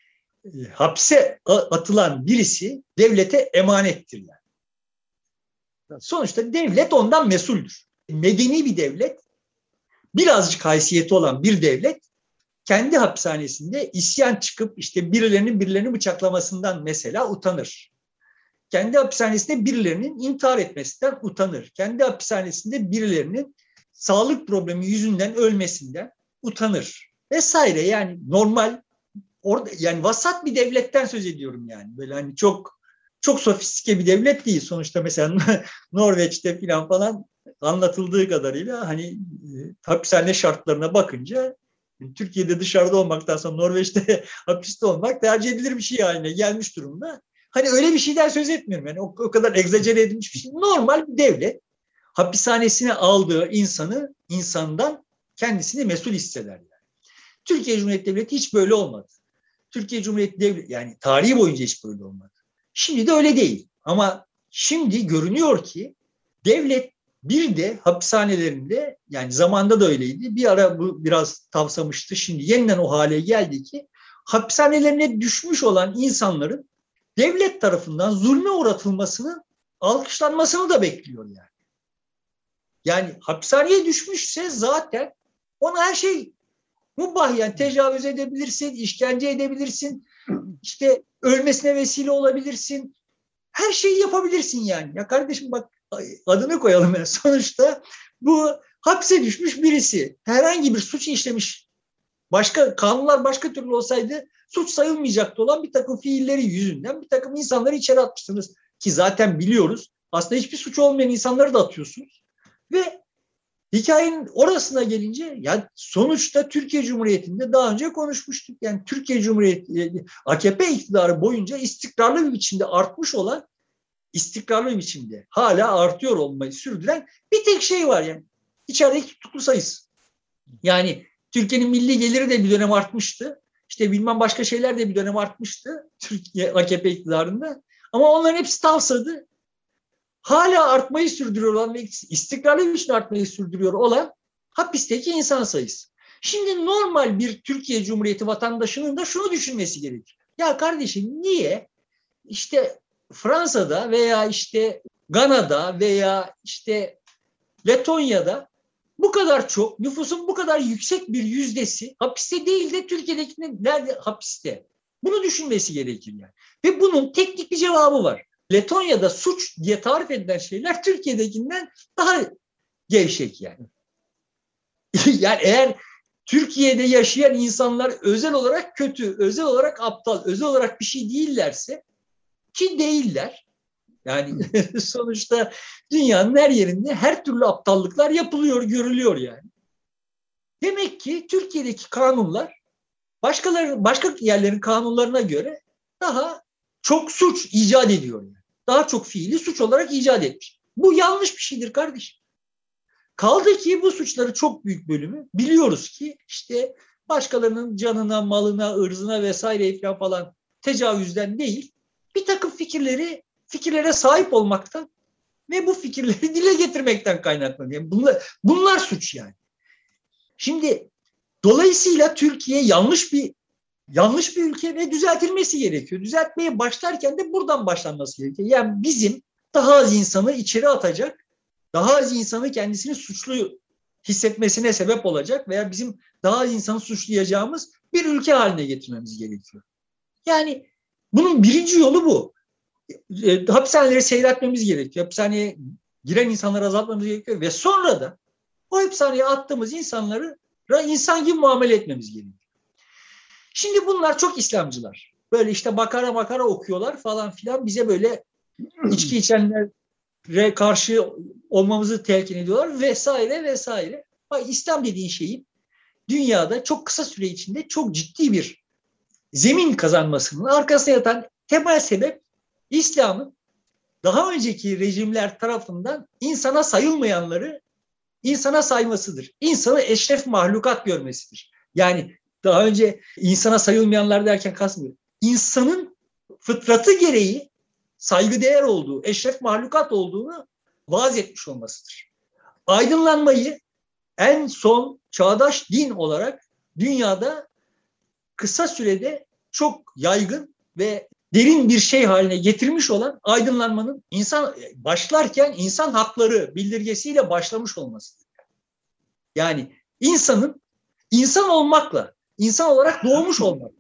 hapse atılan birisi devlete emanettir yani. Sonuçta devlet ondan mesuldür. Medeni bir devlet, birazcık haysiyeti olan bir devlet kendi hapishanesinde isyan çıkıp işte birilerinin bıçaklamasından mesela utanır. Kendi hapishanesinde birilerinin intihar etmesinden utanır. Kendi hapishanesinde birilerinin sağlık problemi yüzünden ölmesinden utanır. Vesaire yani normal yani vasat bir devletten söz ediyorum yani. Böyle hani çok sofistike bir devlet değil. Sonuçta mesela Norveç'te falan anlatıldığı kadarıyla hani hapishane şartlarına bakınca Türkiye'de dışarıda olmaktansa Norveç'te hapiste olmak tercih edilir bir şey haline gelmiş durumda. Hani öyle bir şeyden söz etmiyorum. Yani o kadar egzajere edilmiş bir şey. Normal bir devlet hapishanesine aldığı insandan kendisini mesul hisseder. Yani. Türkiye Cumhuriyeti Devleti hiç böyle olmadı. Türkiye Cumhuriyeti Devleti yani tarihi boyunca hiç böyle olmadı. Şimdi de öyle değil. Ama şimdi görünüyor ki devlet bir de hapishanelerinde yani zamanda da öyleydi. Bir ara bu biraz tavsamıştı. Şimdi yeniden o hale geldi ki hapishanelerine düşmüş olan insanların devlet tarafından zulme uğratılmasının alkışlanmasını da bekliyor yani. Yani hapishaneye düşmüşse zaten ona her şey mubah yani tecavüz edebilirsin, işkence edebilirsin, işte ölmesine vesile olabilirsin. Her şeyi yapabilirsin yani. Ya kardeşim bak adını koyalım yani. Sonuçta bu hapse düşmüş birisi. Herhangi bir suç işlemiş. Başka kanunlar başka türlü olsaydı suç sayılmayacaktı olan bir takım fiilleri yüzünden bir takım insanları içeri atmışsınız. Ki zaten biliyoruz. Aslında hiçbir suç olmayan insanları da atıyorsunuz. Ve hikayenin orasına gelince yani sonuçta Türkiye Cumhuriyeti'nde daha önce konuşmuştuk. Yani Türkiye Cumhuriyeti AKP iktidarı boyunca istikrarlı bir biçimde artmış olan istikrarlı bir biçimde hala artıyor olmayı sürdüren bir tek şey var yani. İçerideki tutuklu sayısı. Yani Türkiye'nin milli geliri de bir dönem artmıştı. İşte bilmem başka şeyler de bir dönem artmıştı Türkiye AKP iktidarında. Ama onların hepsi tavsadı. Hala artmayı sürdürüyor olan ve istikrarlı bir biçimde artmayı sürdürüyor olan hapisteki insan sayısı. Şimdi normal bir Türkiye Cumhuriyeti vatandaşının da şunu düşünmesi gerekir. Ya kardeşim niye işte Fransa'da veya işte Gana'da veya işte Letonya'da bu kadar çok nüfusun bu kadar yüksek bir yüzdesi hapiste değil de Türkiye'dekinin nerede hapiste? Bunu düşünmesi gerekir yani. Ve bunun teknik bir cevabı var. Letonya'da suç diye tarif edilen şeyler Türkiye'dekinden daha gevşek yani. Yani eğer Türkiye'de yaşayan insanlar özel olarak kötü, özel olarak aptal, özel olarak bir şey değillerse ki değiller. Yani sonuçta dünyanın her yerinde her türlü aptallıklar yapılıyor, görülüyor yani. Demek ki Türkiye'deki kanunlar başka yerlerin kanunlarına göre daha çok suç icat ediyor yani. Daha çok fiili suç olarak icat etmiş. Bu yanlış bir şeydir kardeşim. Kaldı ki bu suçları çok büyük bölümü biliyoruz ki işte başkalarının canına, malına, ırzına vesaire falan tecavüzden değil, bir takım fikirlere sahip olmaktan ve bu fikirleri dile getirmekten kaynaklanıyor. Yani bunlar suç yani. Şimdi dolayısıyla Türkiye yanlış bir ülke ve düzeltilmesi gerekiyor. Düzeltmeye başlarken de buradan başlanması gerekiyor. Yani bizim daha az insanı içeri atacak, daha az insanı kendisini suçlu hissetmesine sebep olacak veya bizim daha az insanı suçlayacağımız bir ülke haline getirmemiz gerekiyor. Yani bunun birinci yolu bu. Hapishaneleri seyretmemiz gerekiyor. Hapishaneye giren insanları azaltmamız gerekiyor ve sonra da o hapishaneye attığımız insanlara insan gibi muamele etmemiz gerekiyor. Şimdi bunlar çok İslamcılar. Böyle işte bakara okuyorlar falan filan bize böyle içki içenlere karşı olmamızı telkin ediyorlar vesaire vesaire. Bak, İslam dediğin şeyin dünyada çok kısa süre içinde çok ciddi bir zemin kazanmasının arkasına yatan temel sebep İslam'ın daha önceki rejimler tarafından insana sayılmayanları insana saymasıdır. İnsanı eşref mahlukat görmesidir. Yani daha önce insana sayılmayanlar derken kasmıyor. İnsanın fıtratı gereği saygıdeğer olduğu, eşref mahlukat olduğunu vaaz etmiş olmasıdır. Aydınlanmayı en son çağdaş din olarak dünyada kısa sürede çok yaygın ve derin bir şey haline getirmiş olan aydınlanmanın başlarken insan hakları bildirgesiyle başlamış olmasıdır. Yani insanın insan olmakla, insan olarak doğmuş olmakla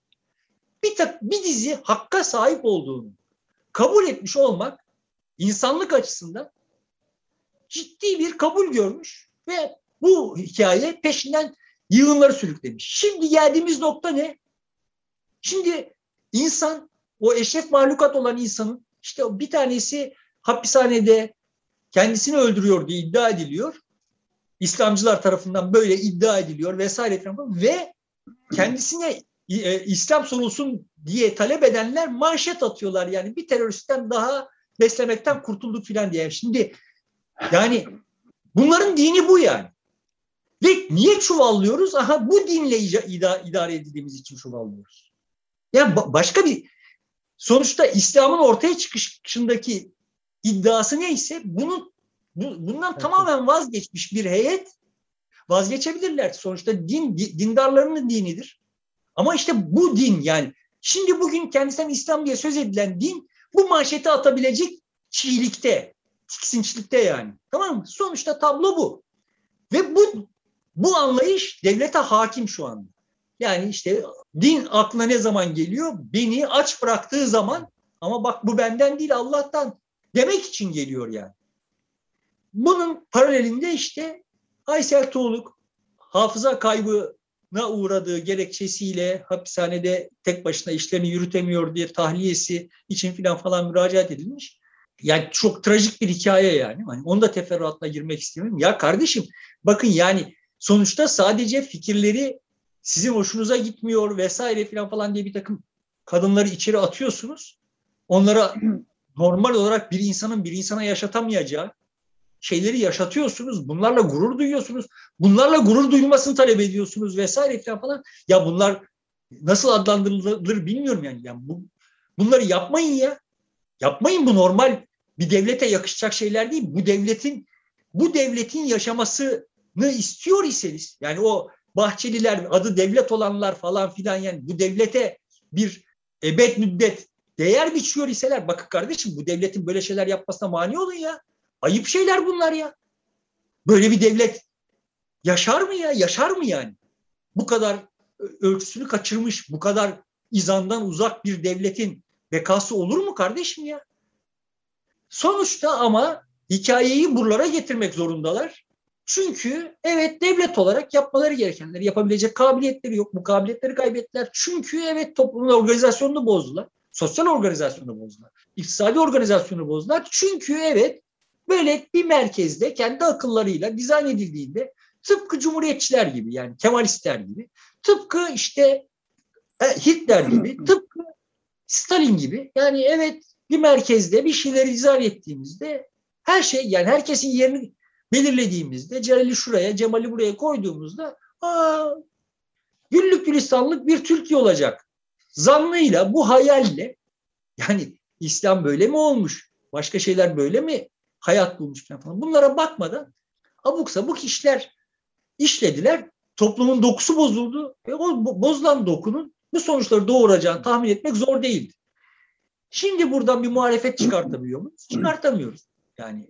bir dizi hakka sahip olduğunu kabul etmiş olmak insanlık açısından ciddi bir kabul görmüş ve bu hikaye peşinden yığınları sürüklemiş. Şimdi geldiğimiz nokta ne? Şimdi insan, o eşref mahlukat olan insanın bir tanesi hapishanede kendisini öldürüyor diye iddia ediliyor. İslamcılar tarafından böyle iddia ediliyor vesaire falan ve kendisine İslam sorulsun diye talep edenler manşet atıyorlar. Yani bir teröristten daha beslemekten kurtulduk filan diye. Şimdi yani bunların dini bu yani. Ve niye çuvallıyoruz? Aha bu dinle idare edildiğimiz için çuvallıyoruz. Yani başka bir sonuçta İslam'ın ortaya çıkışındaki iddiası neyse bundan tamamen vazgeçmiş bir heyet vazgeçebilirler. Sonuçta dindarlarının dinidir. Ama işte bu din yani şimdi bugün kendisinden İslam diye söz edilen din bu manşeti atabilecek çiğlikte, tiksinçlikte yani. Tamam mı? Sonuçta tablo bu. Ve bu anlayış devlete hakim şu anda. Yani işte din aklına ne zaman geliyor? Beni aç bıraktığı zaman ama bak bu benden değil Allah'tan demek için geliyor yani. Bunun paralelinde işte Aysel Tuğluk hafıza kaybına uğradığı gerekçesiyle hapishanede tek başına işlerini yürütemiyor diye tahliyesi için falan müracaat edilmiş. Yani çok trajik bir hikaye yani. Hani onu da teferruatla girmek istemiyorum. Ya kardeşim bakın yani sonuçta sadece fikirleri sizin hoşunuza gitmiyor vesaire falan diye bir takım kadınları içeri atıyorsunuz. Onlara normal olarak bir insanın bir insana yaşatamayacağı şeyleri yaşatıyorsunuz. Bunlarla gurur duyuyorsunuz. Bunlarla gurur duyulmasını talep ediyorsunuz vesaire falan. Ya bunlar nasıl adlandırılır bilmiyorum yani. Bunları yapmayın ya. Yapmayın, bu normal bir devlete yakışacak şeyler değil. Bu devletin yaşamasını istiyor iseniz yani o Bahçeliler adı devlet olanlar falan filan yani bu devlete bir ebed müddet değer biçiyor iseler bakın kardeşim bu devletin böyle şeyler yapmasına mani olun ya. Ayıp şeyler bunlar ya. Böyle bir devlet yaşar mı ya? Yaşar mı yani? Bu kadar ölçüsünü kaçırmış, bu kadar izandan uzak bir devletin bekası olur mu kardeşim ya? Sonuçta ama hikayeyi buralara getirmek zorundalar. Çünkü evet devlet olarak yapmaları gerekenleri yapabilecek kabiliyetleri yok. Bu kabiliyetleri kaybettiler. Çünkü evet toplumun organizasyonunu bozdular. Sosyal organizasyonu bozdular. İktisadi organizasyonu bozdular. Çünkü evet böyle bir merkezde kendi akıllarıyla dizayn edildiğinde tıpkı cumhuriyetçiler gibi yani Kemalistler gibi tıpkı işte Hitler gibi tıpkı Stalin gibi yani evet bir merkezde bir şeyleri dizayn ettiğimizde her şey yani herkesin yerini belirlediğimizde Celal'i şuraya Cemal'i buraya koyduğumuzda güllük gülistanlık bir Türkiye olacak zannıyla bu hayalle yani İslam böyle mi olmuş başka şeyler böyle mi hayat bulmuş falan bunlara bakmadan abuk sabuk işler işlediler toplumun dokusu bozuldu ve o bozulan dokunun bu sonuçları doğuracağını tahmin etmek zor değildi. Şimdi buradan bir muhalefet çıkartabiliyor muyuz? Çıkartamıyoruz. Yani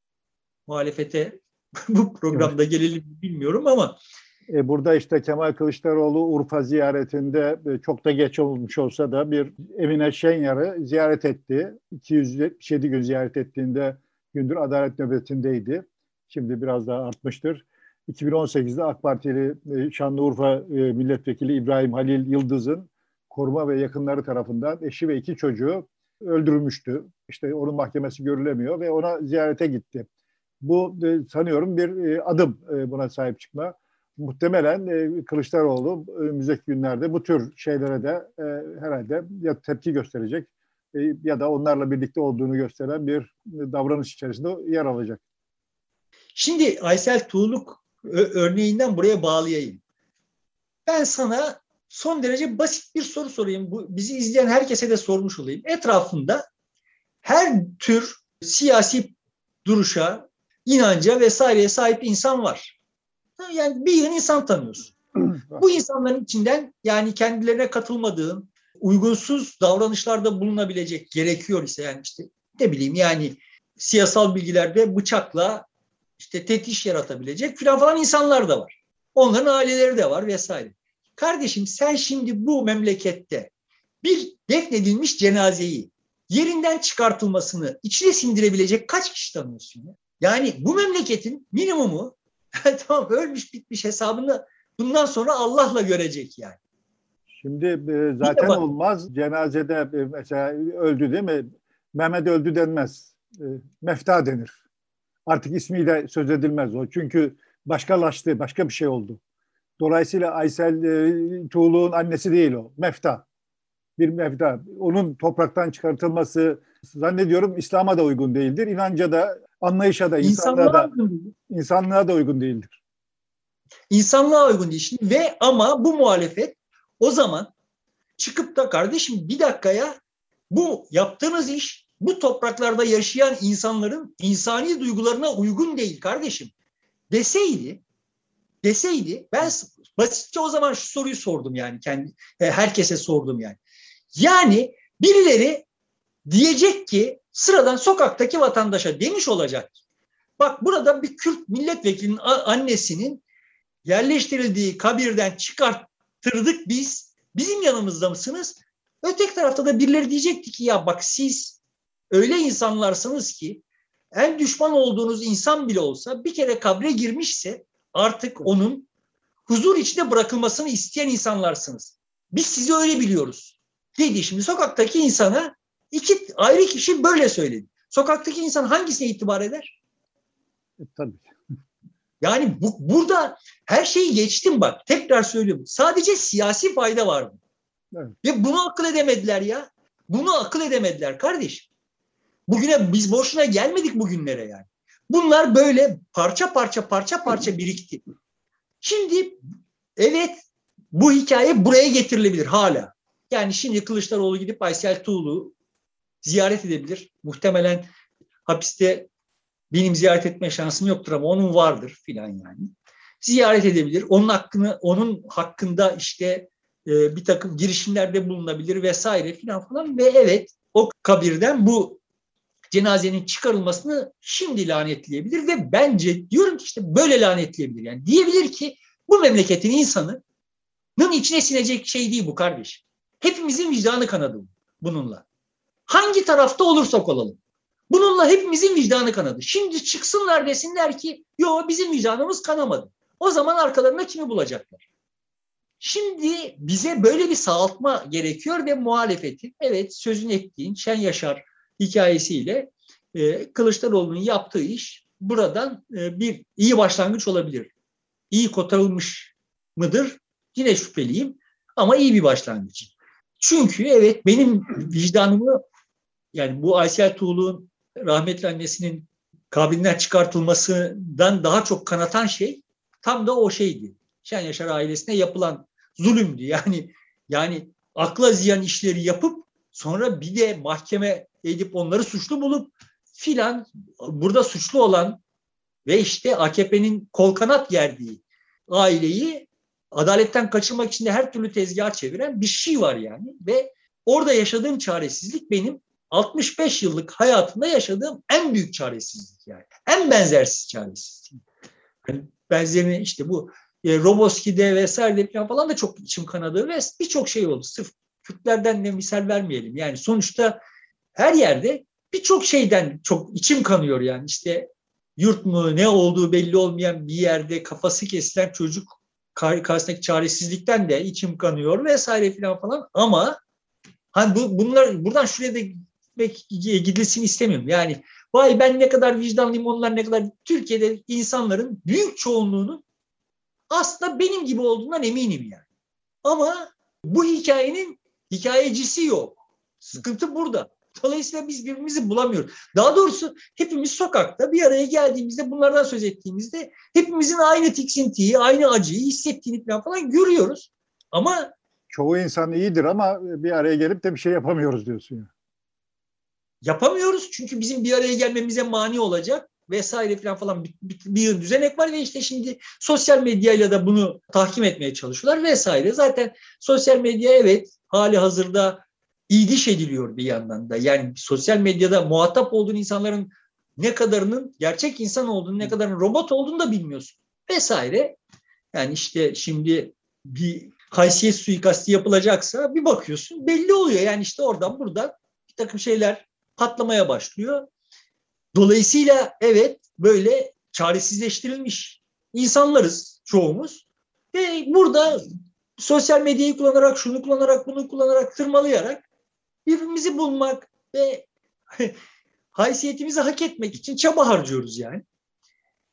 muhalefete bu programda gelelim bilmiyorum ama. Burada işte Kemal Kılıçdaroğlu Urfa ziyaretinde çok da geç olmuş olsa da bir Emine Şenyar'ı ziyaret etti. 277 gün ziyaret ettiğinde gündür adalet nöbetindeydi. Şimdi biraz daha artmıştır. 2018'de AK Partili Şanlıurfa Milletvekili İbrahim Halil Yıldız'ın koruma ve yakınları tarafından eşi ve 2 çocuğu öldürülmüştü. İşte onun mahkemesi görülemiyor ve ona ziyarete gitti. Bu sanıyorum bir adım buna sahip çıkma. Muhtemelen Kılıçdaroğlu önümüzdeki günlerde bu tür şeylere de herhalde ya tepki gösterecek ya da onlarla birlikte olduğunu gösteren bir davranış içerisinde yer alacak. Şimdi Aysel Tuğluk örneğinden buraya bağlayayım. Ben sana son derece basit bir soru sorayım. Bizi izleyen herkese de sormuş olayım. Etrafında her tür siyasi duruşa, inanca vesaireye sahip insan var. Yani bir yığın insan tanıyorsun. Bu insanların içinden yani kendilerine katılmadığın, uygunsuz davranışlarda bulunabilecek gerekiyor ise yani işte ne bileyim yani siyasal bilgilerde bıçakla işte tetiş yaratabilecek falan insanlar da var. Onların aileleri de var vesaire. Kardeşim sen şimdi bu memlekette bir defnedilmiş cenazeyi yerinden çıkartılmasını içine sindirebilecek kaç kişi tanıyorsun ya? Yani bu memleketin minimumu tamam ölmüş bitmiş hesabını bundan sonra Allah'la görecek yani. Şimdi zaten olmaz. Cenazede mesela öldü değil mi? Mehmet öldü denmez. Mefta denir. Artık ismiyle söz edilmez o. Çünkü başkalaştı, başka bir şey oldu. Dolayısıyla Aysel Tuğlu'nun annesi değil o. Mefta. Bir mefta. Onun topraktan çıkartılması zannediyorum İslam'a da uygun değildir. İnanca da, anlayışa da, İnsanlığa uygun değil. insanlığa da uygun değildir. İnsanlığa uygun değil. Şimdi ve ama bu muhalefet o zaman çıkıp da kardeşim bir dakikaya bu yaptığınız iş bu topraklarda yaşayan insanların insani duygularına uygun değil kardeşim deseydi ben basitçe o zaman şu soruyu sordum yani herkese sordum yani. Yani birileri diyecek ki sıradan sokaktaki vatandaşa demiş olacak. Bak burada bir Kürt milletvekilinin annesinin yerleştirildiği kabirden çıkarttırdık biz. Bizim yanımızda mısınız? Öteki tarafta da birileri diyecekti ki ya bak siz öyle insanlarsınız ki en düşman olduğunuz insan bile olsa bir kere kabre girmişse artık onun huzur içinde bırakılmasını isteyen insanlarsınız. Biz sizi öyle biliyoruz dedi. Şimdi sokaktaki insana iki ayrı kişi böyle söyledi. Sokaktaki insan hangisine itibar eder? Tabii. Yani burada her şeyi geçtim bak. Tekrar söylüyorum. Sadece siyasi fayda vardı. Evet. Ve bunu akıl edemediler ya. Bunu akıl edemediler kardeşim. Bugüne biz boşuna gelmedik bugünlere yani. Bunlar böyle parça parça birikti. Şimdi evet bu hikaye buraya getirilebilir hala. Yani şimdi Kılıçdaroğlu gidip Aysel Tuğlu ziyaret edebilir. Muhtemelen hapiste benim ziyaret etme şansım yoktur ama onun vardır filan yani. Ziyaret edebilir. Onun hakkında işte bir takım girişimlerde bulunabilir vesaire filan falan ve evet o kabirden bu cenazenin çıkarılmasını şimdi lanetleyebilir ve bence diyorum ki işte böyle lanetleyebilir. Yani diyebilir ki bu memleketin insanının içine sinecek şey değil bu kardeş. Hepimizin vicdanı kanadı bununla. Hangi tarafta olursak olalım. Bununla hepimizin vicdanı kanadı. Şimdi çıksınlar desinler ki yo bizim vicdanımız kanamadı. O zaman arkalarına kimi bulacaklar? Şimdi bize böyle bir sağaltma gerekiyor ve muhalefetin evet sözünü ettiğin Şen Yaşar hikayesiyle Kılıçdaroğlu'nun yaptığı iş buradan bir iyi başlangıç olabilir. İyi kotarılmış mıdır? Yine şüpheliyim ama iyi bir başlangıç. Çünkü evet benim vicdanımı yani bu Aysel Tuğlu'nun rahmetli annesinin kabrinden çıkartılmasından daha çok kanatan şey tam da o şeydi. Şen Yaşar ailesine yapılan zulümdü. Yani akla ziyan işleri yapıp sonra bir de mahkeme edip onları suçlu bulup filan burada suçlu olan ve işte AKP'nin kol kanat gerdiği aileyi adaletten kaçırmak için de her türlü tezgah çeviren bir şey var yani ve orada yaşadığım çaresizlik benim 65 yıllık hayatımda yaşadığım en büyük çaresizlik yani. En benzersiz çaresizlik. Yani benzerini işte bu Roboski'de vesaire falan da çok içim kanadı ve birçok şey oldu. Sırf Kürtlerden de misal vermeyelim. Yani sonuçta her yerde birçok şeyden çok içim kanıyor yani. İşte yurt mu ne olduğu belli olmayan bir yerde kafası kesilen çocuk karşısındaki çaresizlikten de içim kanıyor vesaire falan ama hani bunlar buradan şuraya da gidilsin istemiyorum. Yani vay ben ne kadar vicdanlıyım onlar ne kadar Türkiye'de insanların büyük çoğunluğunun aslında benim gibi olduğundan eminim yani. Ama bu hikayenin hikayecisi yok. Sıkıntı burada. Dolayısıyla biz birbirimizi bulamıyoruz. Daha doğrusu hepimiz sokakta bir araya geldiğimizde bunlardan söz ettiğimizde hepimizin aynı tiksintiyi, aynı acıyı hissettiğini falan görüyoruz. Ama çoğu insan iyidir ama bir araya gelip de bir şey yapamıyoruz diyorsun ya. Yapamıyoruz çünkü bizim bir araya gelmemize mani olacak vesaire falan bir düzenek var ve işte şimdi sosyal medyayla da bunu tahkim etmeye çalışıyorlar vesaire. Zaten sosyal medya evet hali hazırda iyiliş ediliyor bir yandan da. Yani sosyal medyada muhatap olduğun insanların ne kadarının gerçek insan olduğunu, ne kadarının robot olduğunu da bilmiyorsun vesaire. Yani işte şimdi bir haysiyet suikastı yapılacaksa bir bakıyorsun belli oluyor. Yani işte oradan buradan bir takım şeyler patlamaya başlıyor. Dolayısıyla evet böyle çaresizleştirilmiş insanlarız çoğumuz. Ve burada sosyal medyayı kullanarak, şunu kullanarak, bunu kullanarak, tırmalayarak birbirimizi bulmak ve haysiyetimizi hak etmek için çaba harcıyoruz yani.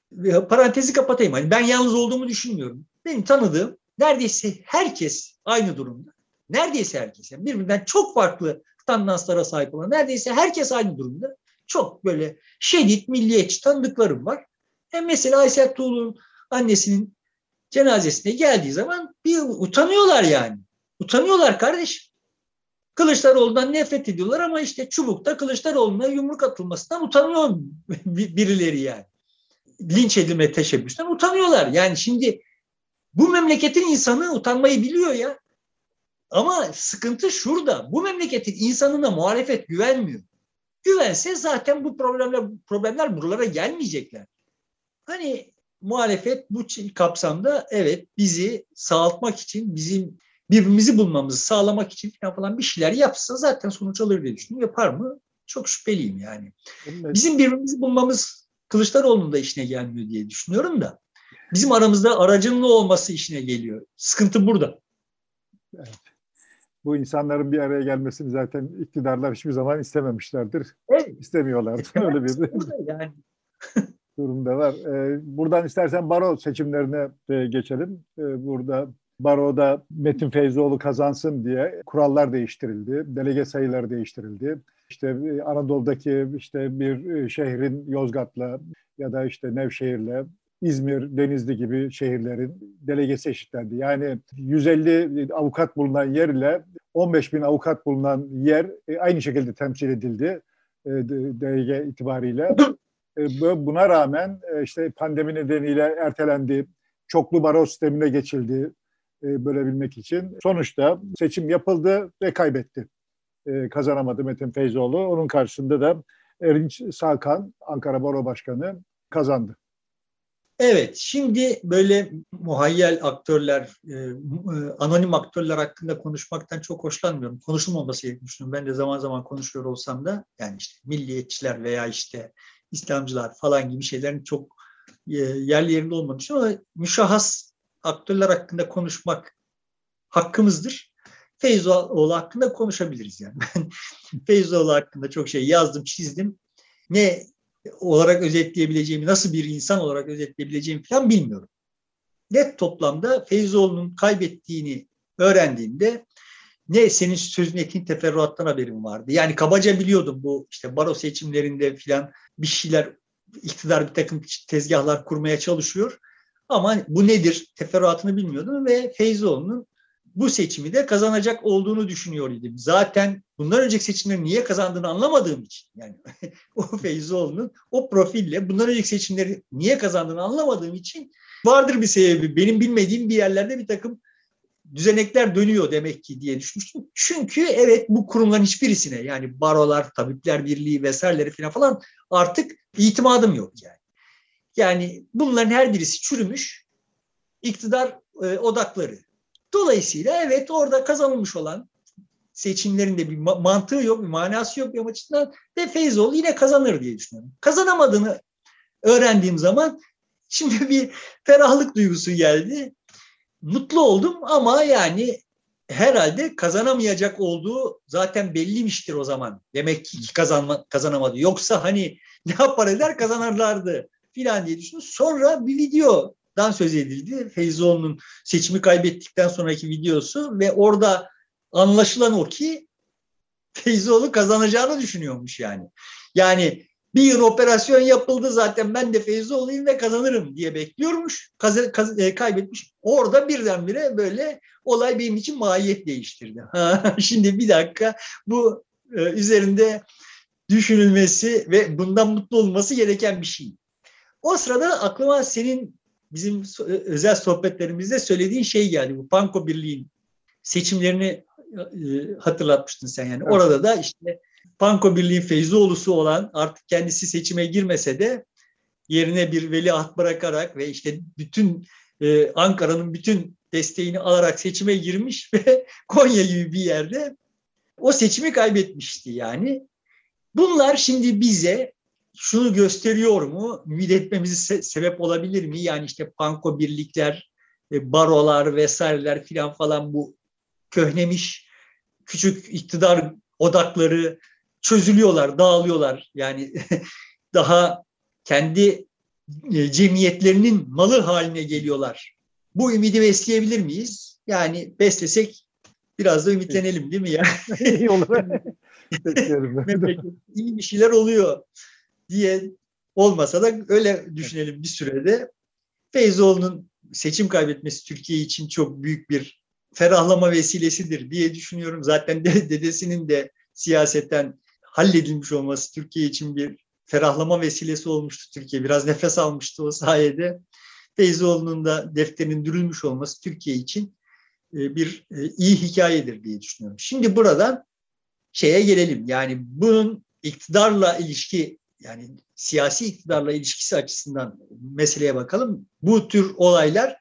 parantezi kapatayım. Hani ben yalnız olduğumu düşünmüyorum. Benim tanıdığım neredeyse herkes aynı durumda. Neredeyse herkes. Yani birbirinden çok farklı tandanslara sahip olan neredeyse herkes aynı durumda. Çok böyle şiddet, milliyetçi tanıdıklarım var. Mesela Aysel Tuğlu'nun annesinin cenazesine geldiği zaman bir utanıyorlar yani. Utanıyorlar kardeşim. Kılıçdaroğlu'ndan nefret ediyorlar ama işte Çubuk'ta Kılıçdaroğlu'na yumruk atılmasından utanıyor birileri yani. Linç edilme teşebbüsünden utanıyorlar. Yani şimdi bu memleketin insanı utanmayı biliyor ya. Ama sıkıntı şurada. Bu memleketin insanına muhalefet güvenmiyor. Güvense zaten bu problemler buralara gelmeyecekler. Hani muhalefet bu kapsamda evet bizi sağaltmak için, bizim birbirimizi bulmamızı sağlamak için falan bir şeyler yapsa zaten sonuç alır diye düşünüyorum. Yapar mı? Çok şüpheliyim yani. Bizim birbirimizi bulmamız Kılıçdaroğlu'nun da işine gelmiyor diye düşünüyorum da. Bizim aramızda aracılığı olması işine geliyor. Sıkıntı burada. Evet. Bu insanların bir araya gelmesini zaten iktidarlar hiçbir zaman istememişlerdir. Evet. İstemiyorlardı. Öyle bir yani. durumda var. Buradan istersen baro seçimlerine geçelim. Burada baroda Metin Feyzoğlu kazansın diye kurallar değiştirildi. Delege sayıları değiştirildi. İşte Anadolu'daki işte bir şehrin Yozgat'la ya da işte Nevşehir'le İzmir, Denizli gibi şehirlerin delegesi eşitlendi. Yani 150 avukat bulunan yer ile 15 bin avukat bulunan yer aynı şekilde temsil edildi delege itibariyle. Buna rağmen işte pandemi nedeniyle ertelendi, çoklu baro sistemine geçildi bölebilmek için. Sonuçta seçim yapıldı ve kaybetti. Kazanamadı Metin Feyzoğlu. Onun karşısında da Erinç Salkan, Ankara Baro Başkanı kazandı. Evet, şimdi böyle muhayyel aktörler, anonim aktörler hakkında konuşmaktan çok hoşlanmıyorum. Konuşulmaması gerektiğini düşünüyorum. Ben de zaman zaman konuşuyor olsam da yani işte milliyetçiler veya işte İslamcılar falan gibi şeylerin çok yerli yerinde olmadığını düşünüyorum. Ama müşahhas aktörler hakkında konuşmak hakkımızdır. Feyzoğlu hakkında konuşabiliriz yani. Ben Feyzoğlu hakkında çok şey yazdım, çizdim. Ne olarak özetleyebileceğimi, nasıl bir insan olarak özetleyebileceğimi falan bilmiyorum. Net toplamda Feyzoğlu'nun kaybettiğini öğrendiğimde ne senin sözün ettiğin teferruattan haberim vardı. Yani kabaca biliyordum bu işte baro seçimlerinde falan bir şeyler iktidar bir takım tezgahlar kurmaya çalışıyor. Ama bu nedir teferruatını bilmiyordum ve Feyzoğlu'nun bu seçimi de kazanacak olduğunu düşünüyor idim. Zaten bundan önceki seçimleri niye kazandığını anlamadığım için yani o Feyzoğlu'nun o profille bundan önceki seçimleri niye kazandığını anlamadığım için vardır bir sebebi. Benim bilmediğim bir yerlerde bir takım düzenekler dönüyor demek ki diye düşünmüştüm. Çünkü evet bu kurumların hiçbirisine yani barolar, tabipler birliği vesaireleri falan artık itimadım yok yani. Yani bunların her birisi çürümüş iktidar odakları. Dolayısıyla evet orada kazanılmış olan seçimlerin de bir mantığı yok, bir manası yok bir açıdan ve Feyzoğlu yine kazanır diye düşünüyorum. Kazanamadığını öğrendiğim zaman şimdi bir ferahlık duygusu geldi. Mutlu oldum ama yani herhalde kazanamayacak olduğu zaten belliymiştir o zaman. Demek ki kazanamadı. Yoksa hani ne yapar eder kazanırlardı filan diye düşündüm. Sonra bir videodan söz edildi. Feyzoğlu'nun seçimi kaybettikten sonraki videosu ve orada anlaşılan o ki Feyzoğlu kazanacağını düşünüyormuş yani. Yani bir yıl operasyon yapıldı zaten ben de Feyzoğlu'yum ve kazanırım diye bekliyormuş. Kaybetmiş. Orada birdenbire böyle olay benim için mahiyet değiştirdi. Şimdi bir dakika bu üzerinde düşünülmesi ve bundan mutlu olması gereken bir şey. O sırada aklıma senin bizim özel sohbetlerimizde söylediğin şey geldi. Bu Panko Birliği'nin seçimlerini hatırlatmıştın sen yani. Evet. Orada da işte Panko Birliği Feyzoğlu'su olan artık kendisi seçime girmese de yerine bir veliaht bırakarak ve işte bütün Ankara'nın bütün desteğini alarak seçime girmiş ve Konya gibi bir yerde o seçimi kaybetmişti yani. Bunlar şimdi bize şunu gösteriyor mu? Ümit etmemizi sebep olabilir mi? Yani işte Panko birlikler, barolar vesaireler falan bu köhnemiş küçük iktidar odakları çözülüyorlar, dağılıyorlar. Yani daha kendi cemiyetlerinin malı haline geliyorlar. Bu ümidi besleyebilir miyiz? Yani beslesek biraz da ümitlenelim değil mi ya? İyi olur. Bekleyelim. Memleket iyi bir şeyler oluyor diye olmasa da öyle düşünelim bir sürede. Feyzoğlu'nun seçim kaybetmesi Türkiye için çok büyük bir ferahlama vesilesidir diye düşünüyorum. Zaten dedesinin de siyasetten halledilmiş olması Türkiye için bir ferahlama vesilesi olmuştu Türkiye. Biraz nefes almıştı o sayede. Feyzoğlu'nun da defterinin dürülmüş olması Türkiye için bir iyi hikayedir diye düşünüyorum. Şimdi buradan şeye gelelim. Yani bunun iktidarla ilişki, yani siyasi iktidarla ilişkisi açısından meseleye bakalım. Bu tür olaylar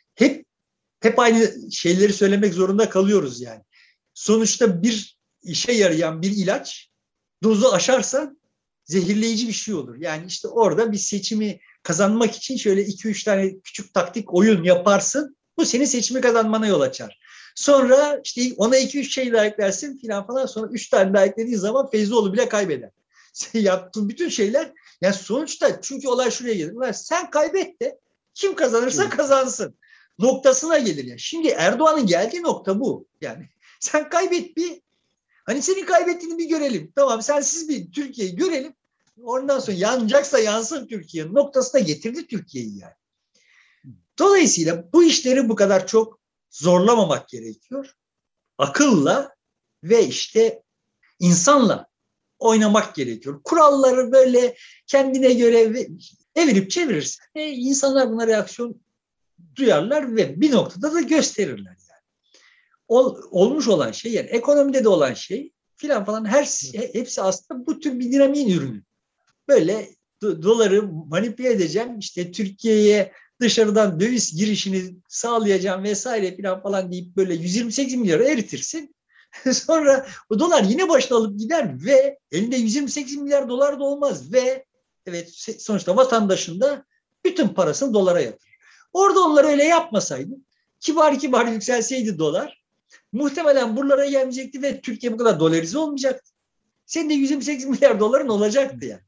hep aynı şeyleri söylemek zorunda kalıyoruz yani. Sonuçta bir işe yarayan bir ilaç dozu aşarsa zehirleyici bir şey olur. Yani işte orada bir seçimi kazanmak için şöyle 2-3 tane küçük taktik oyun yaparsın. Bu senin seçimi kazanmana yol açar. Sonra işte ona 2-3 şey daha eklersin filan falan. Sonra 3 tane daha eklediğin zaman Feyzoğlu bile kaybeder. Sen yaptığın bütün şeyler yani sonuçta çünkü olay şuraya gelir. Sen kaybet de kim kazanırsa kazansın noktasına gelir. Yani. Şimdi Erdoğan'ın geldiği nokta bu. Yani sen kaybet bir hani senin kaybettiğini bir görelim. Tamam sensiz bir Türkiye'yi görelim. Ondan sonra yanacaksa yansın Türkiye'nin noktasına getirdi Türkiye'yi yani. Dolayısıyla bu işleri bu kadar çok zorlamamak gerekiyor. Akılla ve işte insanla oynamak gerekiyor. Kuralları böyle kendine göre evirip çevirirsen insanlar buna reaksiyon duyarlar ve bir noktada da gösterirler yani. Olmuş olan şey yani ekonomide de olan şey filan falan hepsi aslında bu tür bir dinamiğin ürünü. Böyle doları manipüle edeceğim işte Türkiye'ye dışarıdan döviz girişini sağlayacağım vesaire filan falan deyip böyle 128 milyarı eritirsin. Sonra o dolar yine başına alıp gider ve elinde 128 milyar dolar da olmaz ve evet sonuçta vatandaşın da bütün parasını dolara yatırır. Orada onlar öyle yapmasaydı kibar kibar yükselseydi dolar muhtemelen buralara gelmeyecekti ve Türkiye bu kadar dolarize olmayacaktı. Senin de 128 milyar doların olacaktı yani.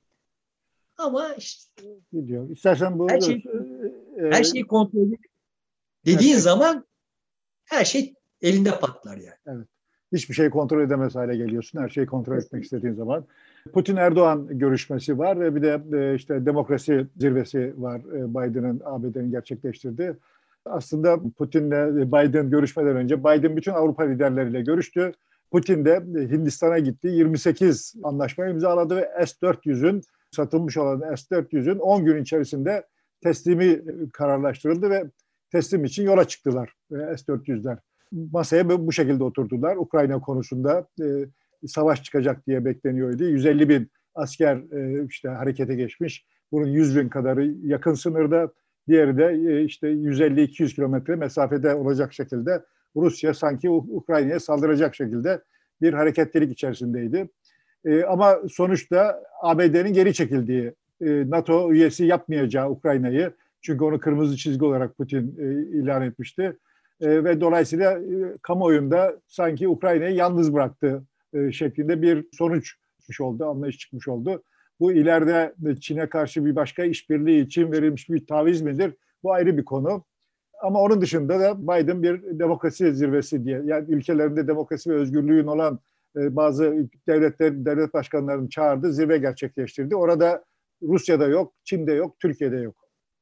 Ama işte Gidiyor. İstersen bu her şeyi kontrol edip dediğin zaman her şey elinde patlar yani. Evet. Hiçbir şey kontrol edemez hale geliyorsun. Her şeyi kontrol etmek istediğin zaman. Putin-Erdoğan görüşmesi var ve bir de işte demokrasi zirvesi var Biden'ın ABD'nin gerçekleştirdiği. Aslında Putin'le Biden görüşmeden önce Biden bütün Avrupa liderleriyle görüştü. Putin de Hindistan'a gitti. 28 anlaşma imzaladı ve S-400'ün satılmış olan S-400'ün 10 gün içerisinde teslimi kararlaştırıldı ve teslim için yola çıktılar S-400'ler. Masaya bu şekilde oturdular. Ukrayna konusunda savaş çıkacak diye bekleniyordu. 150 bin asker işte harekete geçmiş. Bunun 100 bin kadarı yakın sınırda. Diğeri de işte 150-200 kilometre mesafede olacak şekilde Rusya sanki Ukrayna'ya saldıracak şekilde bir hareketlilik içerisindeydi. Ama sonuçta ABD'nin geri çekildiği, NATO üyesi yapmayacağı Ukrayna'yı, çünkü onu kırmızı çizgi olarak Putin ilan etmişti. Ve dolayısıyla kamuoyunda sanki Ukrayna'yı yalnız bıraktı şeklinde bir sonuç çıkmış oldu, anlayış çıkmış oldu. Bu ileride Çin'e karşı bir başka işbirliği için verilmiş bir taviz midir? Bu ayrı bir konu. Ama onun dışında da Biden bir demokrasi zirvesi diye, yani ülkelerinde demokrasi ve özgürlüğün olan bazı devlet başkanlarını çağırdı, zirve gerçekleştirdi. Orada Rusya'da yok, Çin'de yok, Türkiye'de yok.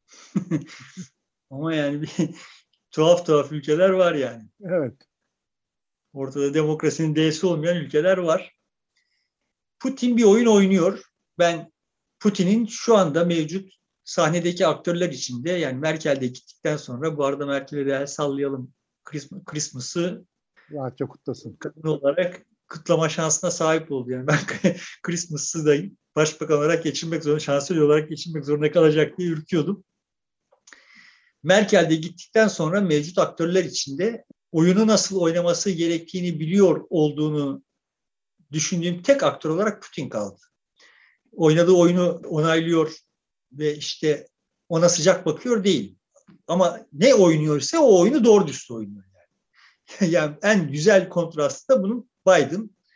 Ama yani bir tuhaf ülkeler var yani. Evet. Ortada demokrasinin D'si olmayan ülkeler var. Putin bir oyun oynuyor. Ben Putin'in şu anda mevcut sahnedeki aktörler içinde yani Merkel'de gittikten sonra bu arada Merkel'e de el sallayalım. Christmas'ı Rahatça kutlasın. Kadın olarak kutlama şansına sahip oldu. Yani ben Christmas'ı da başbakan olarak geçirmek zorunda, şansölye olarak geçirmek zorunda kalacak diye ürküyordum. Merkel'de gittikten sonra mevcut aktörler içinde oyunu nasıl oynaması gerektiğini biliyor olduğunu düşündüğüm tek aktör olarak Putin kaldı. Oynadığı oyunu onaylıyor ve işte ona sıcak bakıyor değil. Ama ne oynuyorsa o oyunu doğru dürüst oynuyor. Yani en güzel kontrastı da bunun Biden.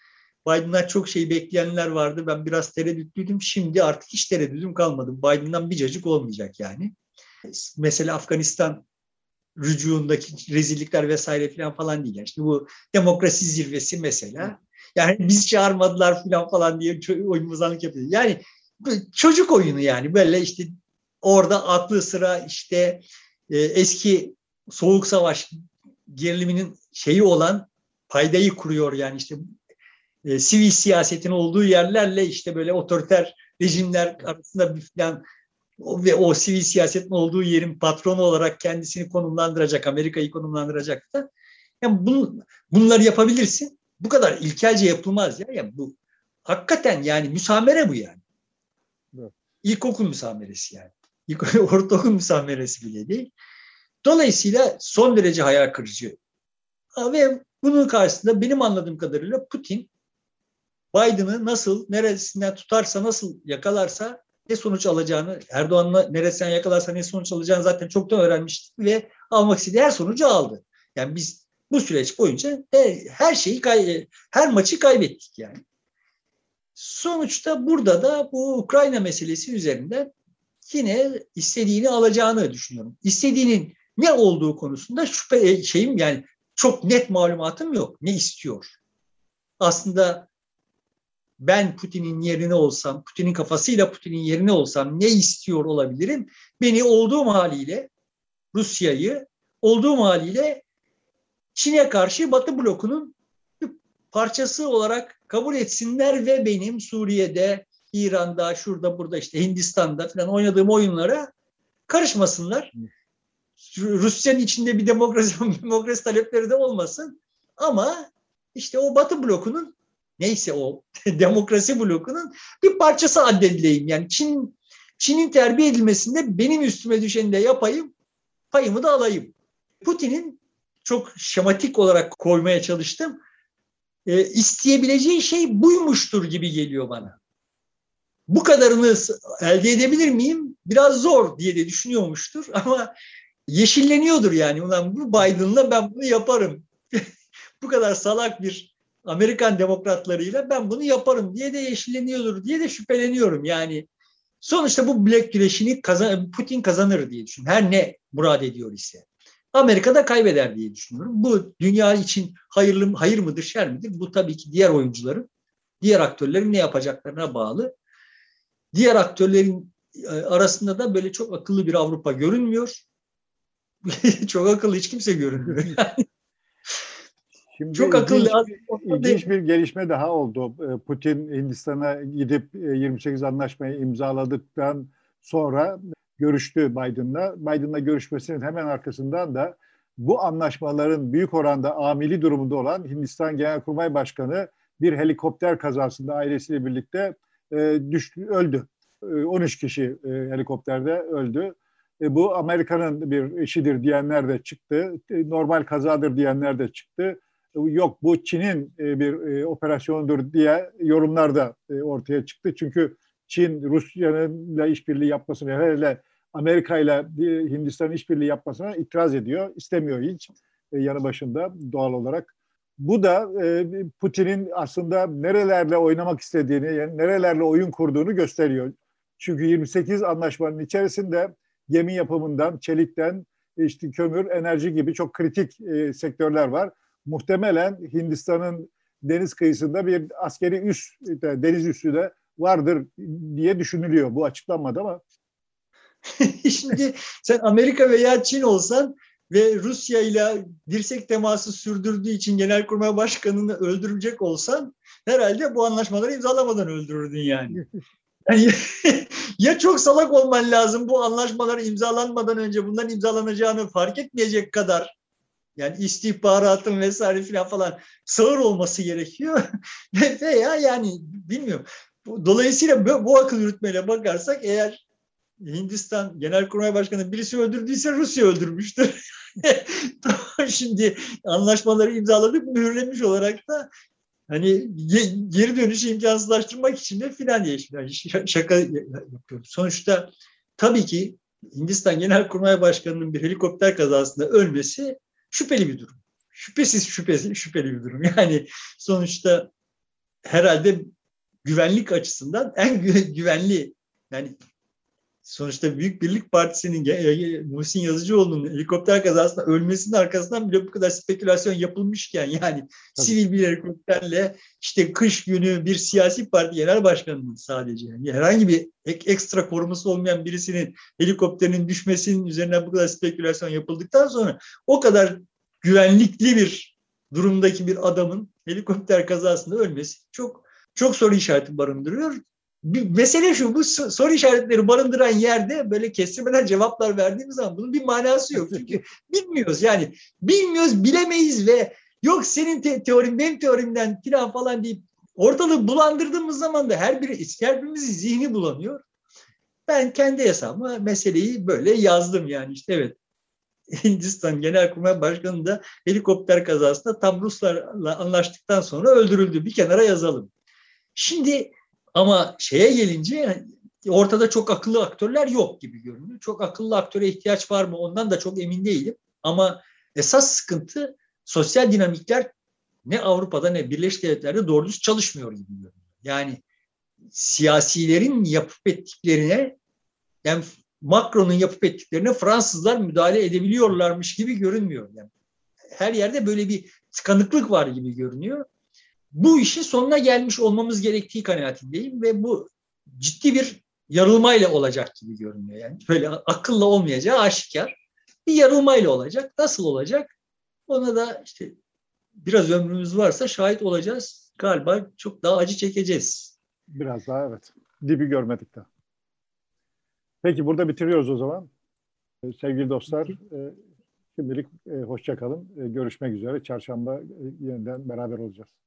Biden'dan çok şey bekleyenler vardı. Ben biraz tereddütlüydüm. Şimdi artık hiç tereddüdüm kalmadı. Biden'dan bir cacık olmayacak yani. Mesela Afganistan rücuğundaki rezillikler vesaire falan değil. Yani işte bu demokrasi zirvesi mesela. Yani biz çağırmadılar falan diye oyunbozanlık yapıyor. Yani çocuk oyunu yani. Böyle işte orada aklı sıra işte eski Soğuk Savaş geriliminin şeyi olan paydayı kuruyor yani işte sivil siyasetin olduğu yerlerle işte böyle otoriter rejimler arasında bir falan ve o sivil siyasetin olduğu yerin patronu olarak kendisini konumlandıracak, Amerika'yı konumlandıracak da. Yani bunları yapabilirsin. Bu kadar ilkelce yapılmaz ya. Yani bu hakikaten yani müsamere bu yani. Evet. İlkokul müsameresi yani. Ortaokul müsameresi bile değil. Dolayısıyla son derece hayal kırıcı. Ve bunun karşısında benim anladığım kadarıyla Putin Biden'ı nasıl, neresinden tutarsa, nasıl yakalarsa ne sonuç alacağını, Erdoğan'la neresinden yakalarsa ne sonuç alacağını zaten çoktan öğrenmiştik ve almak istediği her sonucu aldı. Yani biz bu süreç boyunca her şeyi, her maçı kaybettik yani. Sonuçta burada da bu Ukrayna meselesi üzerinden yine istediğini alacağını düşünüyorum. İstediğinin ne olduğu konusunda şeyim yani çok net malumatım yok. Ne istiyor? Aslında ben Putin'in yerine olsam, Putin'in kafasıyla Putin'in yerine olsam ne istiyor olabilirim? Beni olduğum haliyle, Rusya'yı olduğum haliyle Çin'e karşı Batı blokunun bir parçası olarak kabul etsinler ve benim Suriye'de, İran'da, şurada, burada işte Hindistan'da falan oynadığım oyunlara karışmasınlar. Rusya'nın içinde bir demokrasi talepleri de olmasın. Ama işte o Batı blokunun neyse o demokrasi blokunun bir parçası addedileyim. Yani Çin'in terbiye edilmesinde benim üstüme düşeni de yapayım, payımı da alayım. Putin'in çok şematik olarak koymaya çalıştım. İsteyebileceği şey buymuştur gibi geliyor bana. Bu kadarını elde edebilir miyim? Biraz zor diye de düşünüyormuştur ama yeşilleniyordur yani. Ulan bu Biden'la ben bunu yaparım. Bu kadar salak bir Amerikan demokratlarıyla ben bunu yaparım diye de yeşilleniyordur diye de şüpheleniyorum. Yani sonuçta bu bilek güreşini Putin kazanır diye düşünüyorum. Her ne murad ediyor ise. Amerika da kaybeder diye düşünüyorum. Bu dünya için hayır mıdır, şer midir? Bu tabii ki diğer oyuncuların, diğer aktörlerin ne yapacaklarına bağlı. Diğer aktörlerin arasında da böyle çok akıllı bir Avrupa görünmüyor. Çok akıllı hiç kimse görünmüyor. Şimdi Çok akıllı. ilginç bir gelişme daha oldu. Putin Hindistan'a gidip 28 anlaşmayı imzaladıktan sonra görüştü Biden'la. Biden'la görüşmesinin hemen arkasından da bu anlaşmaların büyük oranda amili durumunda olan Hindistan Genelkurmay Başkanı bir helikopter kazasında ailesiyle birlikte öldü. 13 kişi helikopterde öldü. Bu Amerika'nın bir işidir diyenler de çıktı. Normal kazadır diyenler de çıktı. Yok bu Çin'in bir operasyondur diye yorumlar da ortaya çıktı. Çünkü Çin Rusya'nınla işbirliği yapmasını, hele Amerika ile Hindistan'ın işbirliği yapmasına itiraz ediyor. İstemiyor hiç yanı başında doğal olarak. Bu da Putin'in aslında nerelerle oynamak istediğini, yani nerelerle oyun kurduğunu gösteriyor. Çünkü 28 anlaşmanın içerisinde gemi yapımından, çelikten, işte kömür, enerji gibi çok kritik sektörler var. Muhtemelen Hindistan'ın deniz kıyısında bir askeri üs, deniz üssü de vardır diye düşünülüyor. Bu açıklanmadı ama. Şimdi sen Amerika veya Çin olsan ve Rusya ile dirsek teması sürdürdüğü için Genelkurmay Başkanı'nı öldürecek olsan herhalde bu anlaşmaları imzalamadan öldürürdün yani. Yani ya çok salak olman lazım bu anlaşmalar imzalanmadan önce bunların imzalanacağını fark etmeyecek kadar yani istihbaratın vesaire falan sağır olması gerekiyor veya yani bilmiyorum. Dolayısıyla bu akıl yürütmeyle bakarsak eğer Hindistan Genelkurmay Başkanı birisi öldürdüyse Rusya öldürmüştür. Tamam şimdi anlaşmaları imzaladık mühürlemiş olarak da hani geri dönüşü imkansızlaştırmak için de filan diye şaka yapıyorum. Sonuçta tabii ki Hindistan Genelkurmay Başkanı'nın bir helikopter kazasında ölmesi şüpheli bir durum. Şüphesiz şüpheli bir durum. Yani sonuçta herhalde güvenlik açısından en güvenli, yani sonuçta Büyük Birlik Partisi'nin Muhsin Yazıcıoğlu'nun helikopter kazasında ölmesinin arkasından bile bu kadar spekülasyon yapılmışken, yani sivil bir helikopterle işte kış günü bir siyasi parti genel başkanının sadece, yani herhangi bir ekstra koruması olmayan birisinin helikopterinin düşmesinin üzerinden bu kadar spekülasyon yapıldıktan sonra o kadar güvenlikli bir durumdaki bir adamın helikopter kazasında ölmesi çok çok soru işareti barındırıyor. Mesele şu, bu soru işaretleri barındıran yerde böyle kestirmeden cevaplar verdiğimiz zaman bunun bir manası yok. Çünkü bilmiyoruz, yani bilmiyoruz, bilemeyiz ve yok senin teorin benim teorimden falan deyip ortalığı bulandırdığımız zaman da her birimizin zihni bulanıyor. Ben kendi hesabıma meseleyi böyle yazdım, yani işte evet, Hindistan Genelkurmay Başkanı da helikopter kazasında tam Ruslarla anlaştıktan sonra öldürüldü. Bir kenara yazalım. Şimdi ama şeye gelince ortada çok akıllı aktörler yok gibi görünüyor. Çok akıllı aktöre ihtiyaç var mı? Ondan da çok emin değilim. Ama esas sıkıntı sosyal dinamikler ne Avrupa'da ne Birleşik Devletler'de doğru düz çalışmıyor gibi görünüyor. Yani siyasilerin yapıp ettiklerine, yani Macron'un yapıp ettiklerine Fransızlar müdahale edebiliyorlarmış gibi görünmüyor. Yani her yerde böyle bir tıkanıklık var gibi görünüyor. Bu işin sonuna gelmiş olmamız gerektiği kanaatindeyim ve bu ciddi bir yarılmayla olacak gibi görünüyor. Yani böyle akılla olmayacağı aşikar, bir yarılmayla olacak. Nasıl olacak? Ona da işte biraz ömrümüz varsa şahit olacağız. Galiba çok daha acı çekeceğiz. Biraz daha evet. Dibi görmedik de. Peki burada bitiriyoruz o zaman. Sevgili dostlar, şimdilik hoşça kalın. Görüşmek üzere. Çarşamba yeniden beraber olacağız.